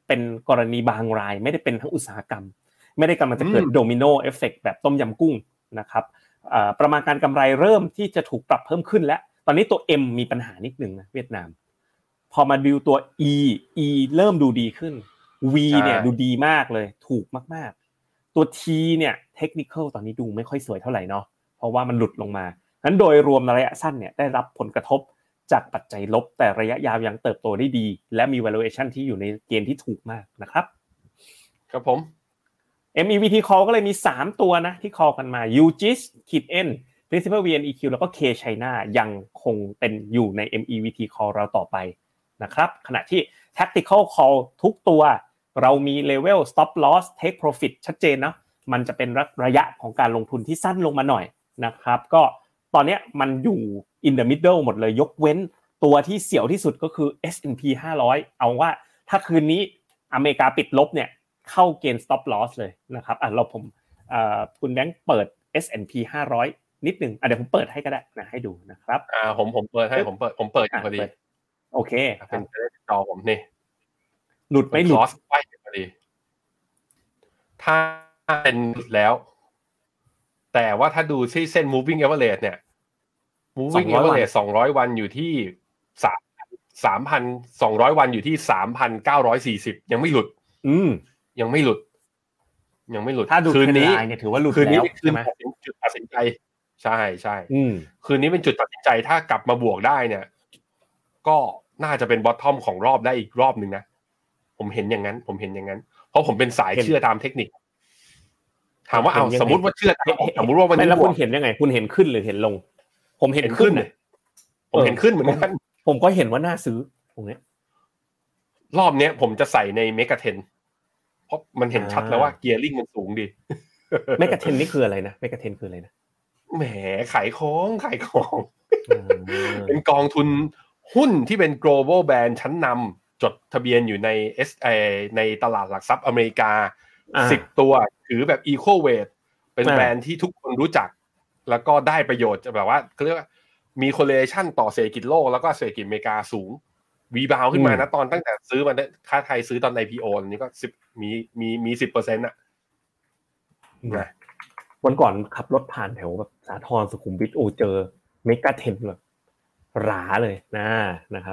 เป็นกรณีบางรายไม่ได้เป็นทั้งอุตสาหกรรมไม่ได้กำลังจะเกิดโดมิโนเอฟเฟกต์แบบต้มยำกุ้งนะครับประมาณการกำไรเริ่มที่จะถูกปรับเพิ่มขึ้นแล้วตอนนี้ตัว M มีปัญหานิดนึงนะเวียดนามพอมาดูตัว E E เริ่มดูดีขึ้น V เนี่ยดูดีมากเลยถูกมากๆตัว T เนี่ยเทคนิคอลตอนนี้ดูไม่ค่อยสวยเท่าไหร่เนาะเพราะว่ามันหลุดลงมางั้นโดยรวมระยะสั้นเนี่ยได้รับผลกระทบจากปัจจัยลบแต่ระยะยาวยังเติบโตได้ดีและมี valuation ที่อยู่ในเกณฑ์ที่ถูกมากนะครับครับผมเอ็ม อี วี ที Call ก็เลยมีสามตัวนะที่ call กันมา ยู จี ไอ เอส N Principal วี เอ็น อี คิว แล้วก็ K China ยังคงเป็นอยู่ใน เอ็ม อี วี ที Call เราต่อไปนะครับขณะที่ Tactical Call ทุกตัวเรามี level stop loss take profit ชัดเจนนะมันจะเป็นระยะของการลงทุนที่สั้นลงมาหน่อยนะครับก็ตอนนี้มันอยู่ in the middle หมดเลยยกเว้นตัวที่เสี่ยวที่สุดก็คือ เอส แอนด์ พี ห้าร้อยเอาว่าถ้าคืนนี้อเมริกาปิดลบเนี่ยเข้าเกณฑ์ stop loss เลยนะครับอ่ะเราผมเอ่อคุณแบงค์เปิด เอส แอนด์ พี ห้าร้อยนิดนึงอ่ะเดี๋ยวผมเปิดให้ก็ได้นะให้ดูนะครับอ่าผมผมเปิดให้ผมเปิดผมเปิดอยู่พอดีโอเคเป็นจอผมนี่หลุดไม่หลุดคอสไว้พอดีถ้าเป็นหลุดแล้วแต่ว่าถ้าดูที่เส้น moving average เนี่ย moving average สองร้อยวันอยู่ที่สามพันสองร้อยวันอยู่ที่ สามพันเก้าร้อยสี่สิบ ยังไม่หลุดอืมยังไม่หลุดยังไม่หลุดถ้าดูคืนนี้เนี่ยถือว่าหลุดแล้วใช่มั้ยเป็นจุดตัดสินใจใช่ๆอืมคืนนี้เป็นจุดตัดสินใจถ้ากลับมาบวกได้เนี่ยก็น่าจะเป็นบอททอมของรอบได้อีกรอบนึงนะผมเห็นอย่างนั้นผมเห็นอย่างนั้นเพราะผมเป็นสายเชื่อตามเทคนิคถามว่าเอาสมมุติว่าเชื่อสมมุติว่าวันนี้แล้วคุณเห็นยังไงคุณเห็นขึ้นหรือเห็นลงผมเห็นขึ้นเลยผมเห็นขึ้นเหมือนกันผมก็เห็นว่าน่าซื้อตรงนี้รอบเนี้ยผมจะใส่ในเมกะเทนเพราะมันเห็นชัดแล้วว่าเกียร์ลิงมันสูงดีเมกะเทนนี่คืออะไรนะเมกะเทนคืออะไรนะแหมขายของขายของเป็นกองทุนหุ้นที่เป็น global brand ชั้นนำจดทะเบียนอยู่ใน S เอ ในตลาดหลักทรัพย์อเมริกาสิบตัวถือแบบ equal weight เป็นแบรนด์ที่ทุกคนรู้จักแล้วก็ได้ประโยชน์แบบว่าเขาเรียกว่ามี correlation ต่อเศรษฐกิจโลกแล้วก็เศรษฐกิจอเมริกาสูงวีบาวขึ้นมานะตอนตั้งแต่ซื้อมาค่าไทยซื้อตอน ไอ พี โอ อันนี้ก็สิบมีมีมี สิบเปอร์เซ็นต์ น่ะนะวันก่อนขับรถผ่านแถวแบบสาทรสุขุมวิทโอเจอเมกะเทนแบบหราเลยนะนะครับ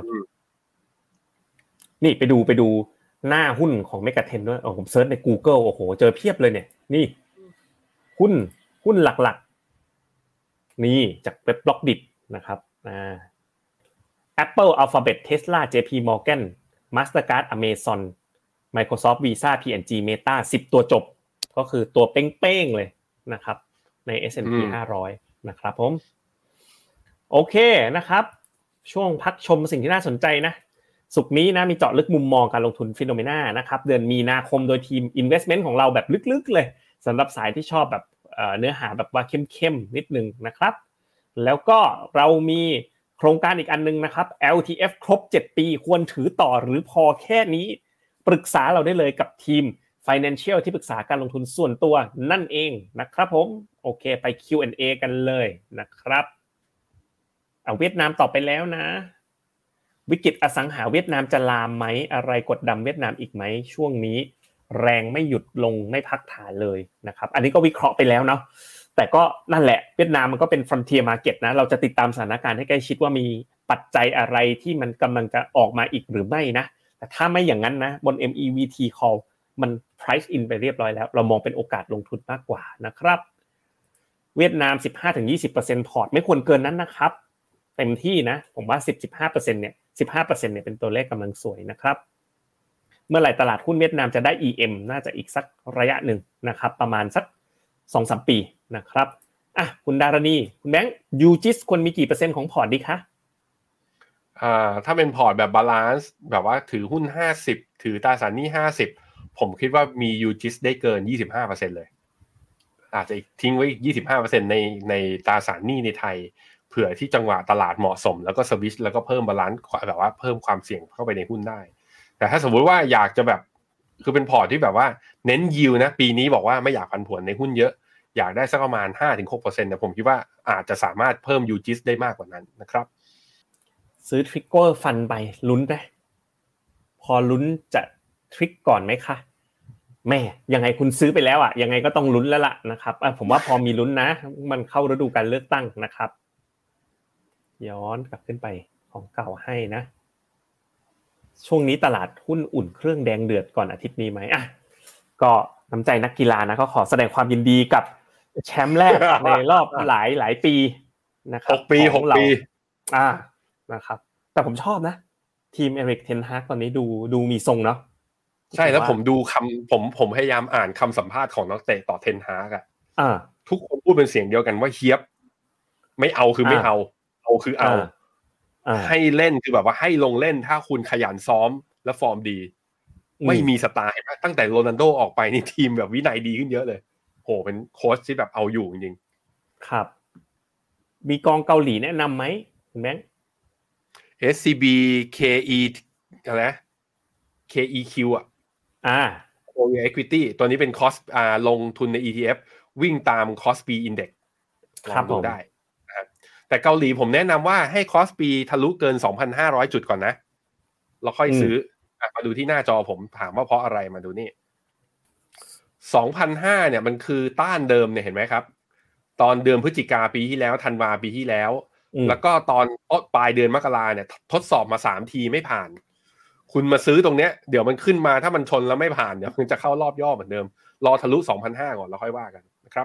นี่ไปดูไปดูหน้าหุ้นของเมกะเทนด้วยอ๋อผมเซิร์ชใน Google โอ้โหเจอเพียบเลยเนี่ยนี่หุ้นหุ้นหลักๆนี่จากเว็บบล็อกดิบนะครับอ่าApple Alphabet Tesla เจ พี Morgan Mastercard Amazon Microsoft Visa พี แอนด์ จี Meta สิบตัวจบก็คือตัวเป้งๆเลยนะครับใน เอส แอนด์ พี ห้าร้อยนะครับผมโอเคนะครับช่วงพักชมสิ่งที่น่าสนใจนะศุกร์นี้นะมีเจาะลึกมุมมองการลงทุน Phenomena นะครับเดือนมีนาคมโดยทีม Investment ของเราแบบลึกๆเลยสำหรับสายที่ชอบแบบเอ่อเนื้อหาแบบว่าเข้มๆนิดนึงนะครับแล้วก็เรามีโครงการอีกอันนึงนะครับ แอล ที เอฟ ครบเจ็ดปีควรถือต่อหรือพอแค่นี้ปรึกษาเราได้เลยกับทีม Financial ที่ปรึกษาการลงทุนส่วนตัวนั่นเองนะครับผมโอเคไป คิว แอนด์ เอ กันเลยนะครับเอาเวียดนามต่อไปแล้วนะวิกฤตอสังหาเวียดนามจะลามไหมอะไรกดดันเวียดนามอีกไหมช่วงนี้แรงไม่หยุดลงไม่พักฐานเลยนะครับอันนี้ก็วิเคราะห์ไปแล้วเนาะแต่ก็นั่นแหละเวียดนามมันก็เป็น frontier market นะเราจะติดตามสถานการณ์ให้ใกล้ชิดว่ามีปัจจัยอะไรที่มันกำลังจะออกมาอีกหรือไม่นะแต่ถ้าไม่อย่างนั้นนะบน เอ็ม อี วี ที Call มัน price in ไปเรียบร้อยแล้วเรามองเป็นโอกาสลงทุนมากกว่านะครับเวียดนาม สิบห้าถึงยี่สิบเปอร์เซ็นต์ พอร์ตไม่ควรเกินนั้นนะครับเต็มที่นะผมว่า สิบถึงสิบห้าเปอร์เซ็นต์ เนี่ย สิบห้าเปอร์เซ็นต์ เนี่ยเป็นตัวเลขกำลังสวยนะครับเมื่อไหร่ตลาดหุ้นเวียดนามจะได้ อี เอ็ม น่าจะอีกสักระยะหนึ่งนะครับประมาณสัก สองถึงสาม ปีนะครับอ่ะคุณดารณีคุณแบงค์ ยู จี ไอ เอส ควรมีกี่เปอร์เซ็นต์ของพอร์ตดีคะอ่าถ้าเป็นพอร์ตแบบบาลานซ์แบบว่าถือหุ้นห้าสิบถือตราสารหนี้ห้าสิบผมคิดว่ามี ยู จี ไอ เอส ได้เกิน ยี่สิบห้าเปอร์เซ็นต์ เลยอาจจะทิ้งไว้อีก ยี่สิบห้าเปอร์เซ็นต์ ในในตราสารหนี้ในไทยเผื่อที่จังหวะตลาดเหมาะสมแล้วก็สวิชแล้วก็เพิ่มบาลานซ์แบบว่าเพิ่มความเสี่ยงเข้าไปในหุ้นได้แต่ถ้าสมมุติว่าอยากจะแบบคือเป็นพอร์ตที่แบบว่าเน้นยิลด์นะปีนี้บอกว่าไม่อยากผันผวนในหุ้นเยอะอยากได้สักประมาณ ห้าถึงหกเปอร์เซ็นต์ เนี่ยผมคิดว่าอาจจะสามารถเพิ่ม ยู จี ไอ เอส ได้มากกว่านั้นนะครับซื้อทริกเกอร์ฟันไปลุ้นไหมพอลุ้นจะทริคก่อนไหมคะแม่ยังไงคุณซื้อไปแล้วอ่ะยังไงก็ต้องลุ้นแล้วล่ะนะครับผมว่าพอมีลุ้นนะมันเข้าฤดูการเลือกตั้งนะครับย้อนกลับขึ้นไปของเก่าให้นะช่วงนี้ตลาดหุ้นอุ่นเครื่องแดงเดือดก่อนอาทิตย์นี้ไหมอ่ะก็น้ำใจนักกีฬานะก็ขอแสดงความยินดีกับแชมป์แรกในรอบหลายหลายปีนะครับหกปีหกปีอ่านะครับแต่ผมชอบนะทีมเอริกเทนฮากตอนนี้ดูดูมีทรงเนาะใช่แล้วผมดูคำผมผมพยายามอ่านคำสัมภาษณ์ของนักเตะต่อเทนฮากอ่ะทุกคนพูดเป็นเสียงเดียวกันว่าเฮียบไม่เอาคือไม่เอาเอาคือเอาให้เล่นคือแบบว่าให้ลงเล่นถ้าคุณขยันซ้อมและฟอร์มดีไม่มีสไตล์ตั้งแต่โรนัลโดออกไปนี่ทีมแบบวินัยดีขึ้นเยอะเลยโหเป็นโค้ชที่แบบเอาอยู่จริงๆครับมีกองเกาหลีแนะนำไหมคุณแบงค์เอส ซี บี เค อี อะไรนะ เค อี คิว อ่ะอ่า Korea Equity ตัวนี้เป็น cost อ่าลงทุนใน อี ที เอฟ วิ่งตาม Kospi Index ลองดูได้นะครับแต่เกาหลีผมแนะนำว่าให้ Kospi ทะลุเกิน สองพันห้าร้อย จุดก่อนนะแล้วค่อยซื้ออ่ะมาดูที่หน้าจอผมถามว่าเพราะอะไรมาดูนี่ สองพันห้าร้อย เนี่ยมันคือต้านเดิมเนี่ยเห็นไหมครับตอนเดือนพฤศจิกาปีที่แล้วธันวาปีที่แล้วแล้วก็ตอนปลายเดือนมกราเนี่ยทดสอบมาสามทีไม่ผ่านคุณมาซื้อตรงเนี้ยเดี๋ยวมันขึ้นมาถ้ามันชนแล้วไม่ผ่านเดี๋ยวมันจะเข้ารอบย่อเหมือนเดิมรอทะลุ สองพันห้าร้อย ก่อนแล้วค่อยว่ากันนะครับ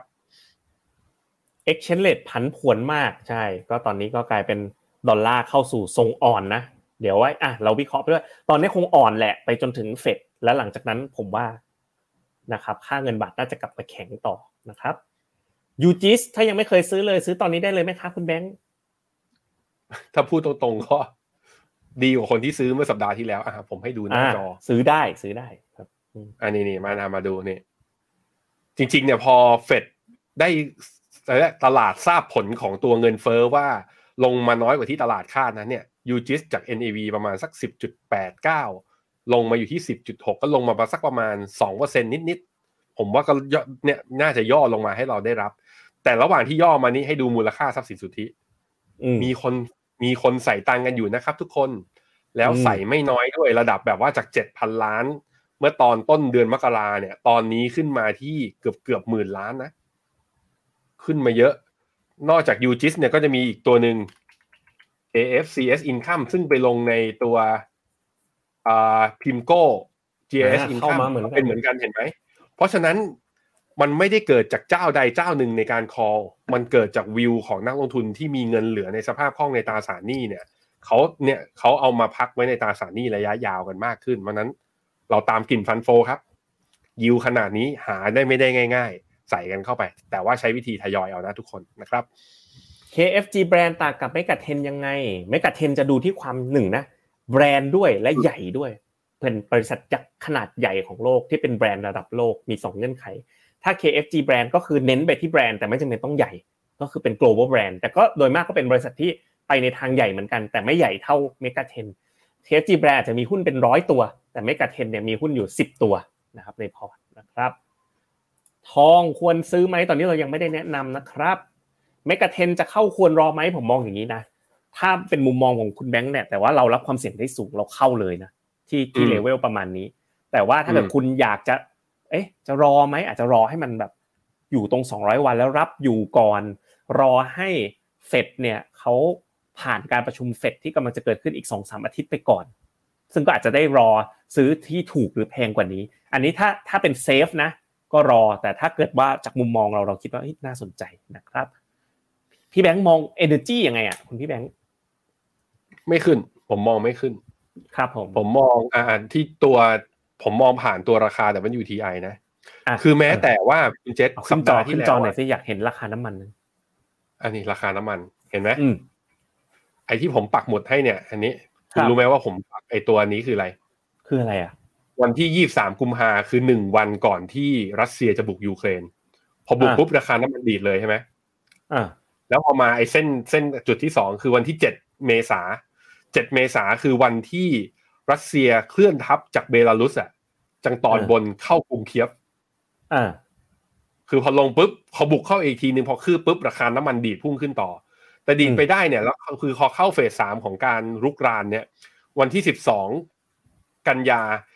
exchange rate ผันผวนมากใช่ก็ตอนนี้ก็กลายเป็นดอลลาร์เข้าสู่ทรงอ่อนนะเดี๋ยวไว้อ่ะเราวิเคราะห์ไปด้วยตอนนี้คงอ่อนแหละไปจนถึงเฟดแล้วหลังจากนั้นผมว่านะครับค่าเงินบาทน่าจะกลับมาแข็งต่อนะครับยูจิสถ้ายังไม่เคยซื้อเลยซื้อตอนนี้ได้เลยไหมครับคุณแบงค์ถ้าพูดตรงๆก็ดีกว่าคนที่ซื้อเมื่อสัปดาห์ที่แล้วอ่ะผมให้ดูหน้าจอซื้อได้ซื้อได้ครับอันนี้นี่มานามาดูนี่จริงๆเนี่ยพอเฟดได้ตลาดทราบผลของตัวเงินเฟ้อว่าลงมาน้อยกว่าที่ตลาดคาดนั้นเนี่ยยูจิสจาก เอ็น เอ วี ประมาณสัก สิบจุดแปดเก้า ลงมาอยู่ที่ สิบจุดหก ก็ลงมาประมาณสักประมาณ สองเปอร์เซ็นต์ นิดๆผมว่าก็เนี่ยน่าจะย่อลงมาให้เราได้รับแต่ระหว่างที่ย่อมานี้ให้ดูมูลค่าทรัพย์สินสุทธิมีคนมีคนใส่ตังกันอยู่นะครับทุกคนแล้วใส่ไม่น้อยด้วยระดับแบบว่าจาก เจ็ดพัน ล้านเมื่อตอนต้นเดือนมกราเนี่ยตอนนี้ขึ้นมาที่เกือบๆหมื่นล้านนะขึ้นมาเยอะนอกจาก ยู จี ไอ เอส เนี่ยก็จะมีอีกตัวหนึ่ง เอ เอฟ ซี เอส Income ซึ่งไปลงในตัวอ่า Pimco จี เอ เอส Income เป็นเหมือนกันเห็นไหมเพราะฉะนั้นมันไม่ได้เกิดจากเจ้าใดเจ้าหนึ่งในการ call มันเกิดจากวิวของนักลงทุนที่มีเงินเหลือในสภาพคล่องในตราสารหนี้เนี่ยเขาเนี่ยเขาเอามาพักไว้ในตราสารหนี้ระยะยาวกันมากขึ้นเพราะนั้นเราตามกลิ่นฟันโฟครับยิวขนาดนี้หาได้ไม่ได้ง่ายๆใส่กันเข้าไปแต่ว่าใช้วิธีทยอยเอานะทุกคนนะครับเค เอฟ จี แบรนด์ต่างกับเมกะเทรนยังไงเมกะเทรนจะดูที่ความหนึ่งนะแบรนด์ด้วยและใหญ่ด้วยเป็นบริษัทยักษ์ขนาดใหญ่ของโลกที่เป็นแบรนด์ระดับโลกมีสองเงื่อนไขถ้า เค เอฟ จี แบรนด์ก็คือเน้นไปที่แบรนด์แต่ไม่จำเป็นต้องใหญ่ก็คือเป็น global brand แต่ก็โดยมากก็เป็นบริษัทที่ไปในทางใหญ่เหมือนกันแต่ไม่ใหญ่เท่าเมกะเทรน เค เอฟ จี แบรนด์จะมีหุ้นเป็นร้อยตัวแต่เมกะเทรนเนี่ยมีหุ้นอยู่สิบตัวนะครับในพอร์ตนะครับทองควรซื้อไหมตอนนี้เรายังไม่ได้แนะนำนะครับเมกะเทรนจะเข้าควรรอไหมผมมองอย่างนี้นะถ้าเป็นมุมมองของคุณแบงค์เนี่ยแต่ว่าเรารับความเสี่ยงได้สูงเราเข้าเลยนะที่ที่เลเวลประมาณนี้แต่ว่าถ้าเกิดคุณอยากจะเอ๊ะจะรอไหมอาจจะรอให้มันแบบอยู่ตรงสองร้อยวันแล้วรับอยู่ก่อนรอให้เฟดเนี่ยเขาผ่านการประชุมเฟดที่กำลังจะเกิดขึ้นอีก สองถึงสาม อาทิตย์ไปก่อนซึ่งก็อาจจะได้รอซื้อที่ถูกหรือแพงกว่านี้อันนี้ถ้าถ้าเป็นเซฟนะก็รอแต่ถ้าเกิดว่าจากมุมมองเราเราคิดว่าน่าสนใจนะครับพี่แบงค์มอง energy ยังไงอ่ะคุณพี่แบงค์ไม่ขึ้นผมมองไม่ขึ้นครับผมผมมองอ่าที่ตัวผมมองผ่านตัวราคาแต่มัน ยู ที ไอ นะคือแม้แต่ว่าคุณเจษสัปดาห์ที่แล้วจอหน่อยสิอยากเห็นราคาน้ำมันอันนี้ราคาน้ำมันเห็นไหมไอ้ที่ผมปักหมุดให้เนี่ยอันนี้คุณรู้ไหมว่าผมปักไอ้ตัวนี้คืออะไรคืออะไรอ่ะวันที่ยี่สิบสามกุมภาพันธ์คือหนึ่งวันก่อนที่รัสเซียจะบุกยูเครนพอบุกปุ๊บราคาน้ำมันดีดเลยใช่ไหมอ่าแล้วพอมาไอ้เส้นเส้นจุดที่สองคือวันที่เจ็ดเมษาเจ็ดเมษาคือวันที่รัสเซียเคลื่อนทัพจากเบลารุสอ่ะจังตอนบนเข้ากรุงเคียฟอ่าคือพอลงปุ๊บพอบุกเข้าอีกทีนึงพอคือปุ๊บราคาน้ำมันดีดพุ่งขึ้นต่อแต่ดีดไปได้เนี่ยแล้วคือพอเข้าเฟสสามของการรุกรานเนี่ยวันที่สิบสองกันยา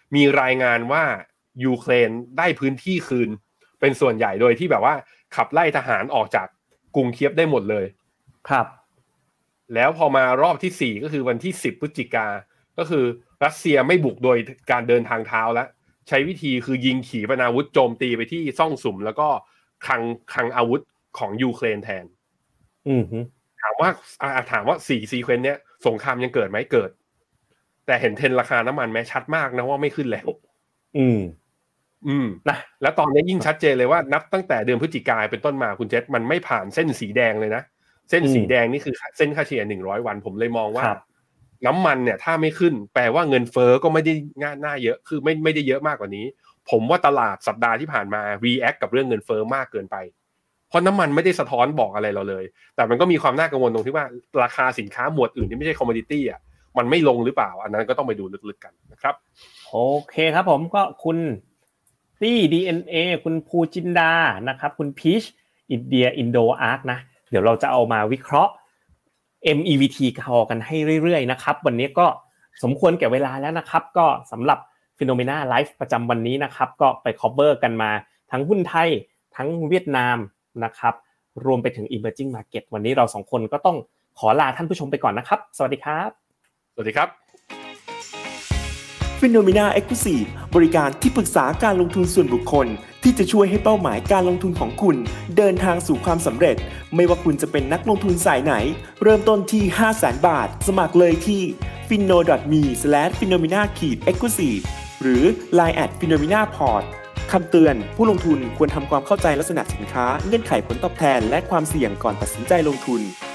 มีรายงานว่ายูเครนได้พื้นที่คืนเป็นส่วนใหญ่โดยที่แบบว่าขับไล่ทหารออกจากกรุงเคียฟได้หมดเลยครับแล้วพอมารอบที่สี่ก็คือวันที่สิบพฤศจิกาก็คือรัสเซียไม่บุกโดยการเดินทางเท้าแล้วใช้วิธีคือยิงขีปนาวุธโจมตีไปที่ซ่องสุมแล้วก็คลังคลังอาวุธของยูเครนแทนอือฮึถามว่าถามว่าสี่ซีเควนต์เนี้ยสงครามยังเกิดไหมเกิดแต่เห็นเทรนราคาน้ำมันแม้ชัดมากนะว่าไม่ขึ้นแล้วอืมอืมนะแล้วตอนนี้ยิ่งชัดเจนเลยว่านับตั้งแต่เดือนพฤศจิกายนเป็นต้นมาคุณเจษมันไม่ผ่านเส้นสีแดงเลยนะเส้นสีแดงนี่คือเส้นค่าเฉลี่ยหนึ่งร้อยวันผมเลยมองว่าน้ำมันเนี่ยถ้าไม่ขึ้นแปลว่าเงินเฟ้อก็ไม่ได้ง่ายหน้าเยอะคือไม่ไม่ได้เยอะมากกว่านี้ผมว่าตลาดสัปดาห์ที่ผ่านมา react กับเรื่องเงินเฟ้อมากเกินไปเพราะน้ำมันไม่ได้สะท้อนบอกอะไรเราเลยแต่มันก็มีความน่ากังวลตรงที่ว่าราคาสินค้าหมวดอื่นที่ไม่ใช่ commodity อ่ะมันไม่ลงหรือเปล่าอันนั้นก็ต้องไปดูลึกๆกันนะครับโอเคครับผมก็คุณตี้ ดี เอ็น เอ คุณภูจินดานะครับคุณพีชอินเดียอินโดอาร์คนะเดี๋ยวเราจะเอามาวิเคราะห์ เอ็ม อี วี ที คอกันให้เรื่อยๆนะครับวันนี้ก็สมควรแก่เวลาแล้วนะครับก็สำหรับ Phenomena Live ประจำวันนี้นะครับก็ไป cover กันมาทั้งหุ้นไทยทั้งเวียดนามนะครับรวมไปถึง Emerging Market วันนี้เราสองคนก็ต้องขอลาท่านผู้ชมไปก่อนนะครับสวัสดีครับสวัสดีครับ Phenomena Exclusive บริการที่ปรึกษาการลงทุนส่วนบุคคลที่จะช่วยให้เป้าหมายการลงทุนของคุณเดินทางสู่ความสำเร็จไม่ว่าคุณจะเป็นนักลงทุนสายไหนเริ่มต้นที่ ห้าแสน บาทสมัครเลยที่ ฟินโน ดอท มี สแลช ฟีโนเมนา เอ็กซ์คลูซีฟ หรือ ไลน์ แอท ฟีโนเมนา พอร์ต คำเตือนผู้ลงทุนควรทำความเข้าใจลักษณะสินค้าเงื่อนไขผลตอบแทนและความเสี่ยงก่อนตัดสินใจลงทุน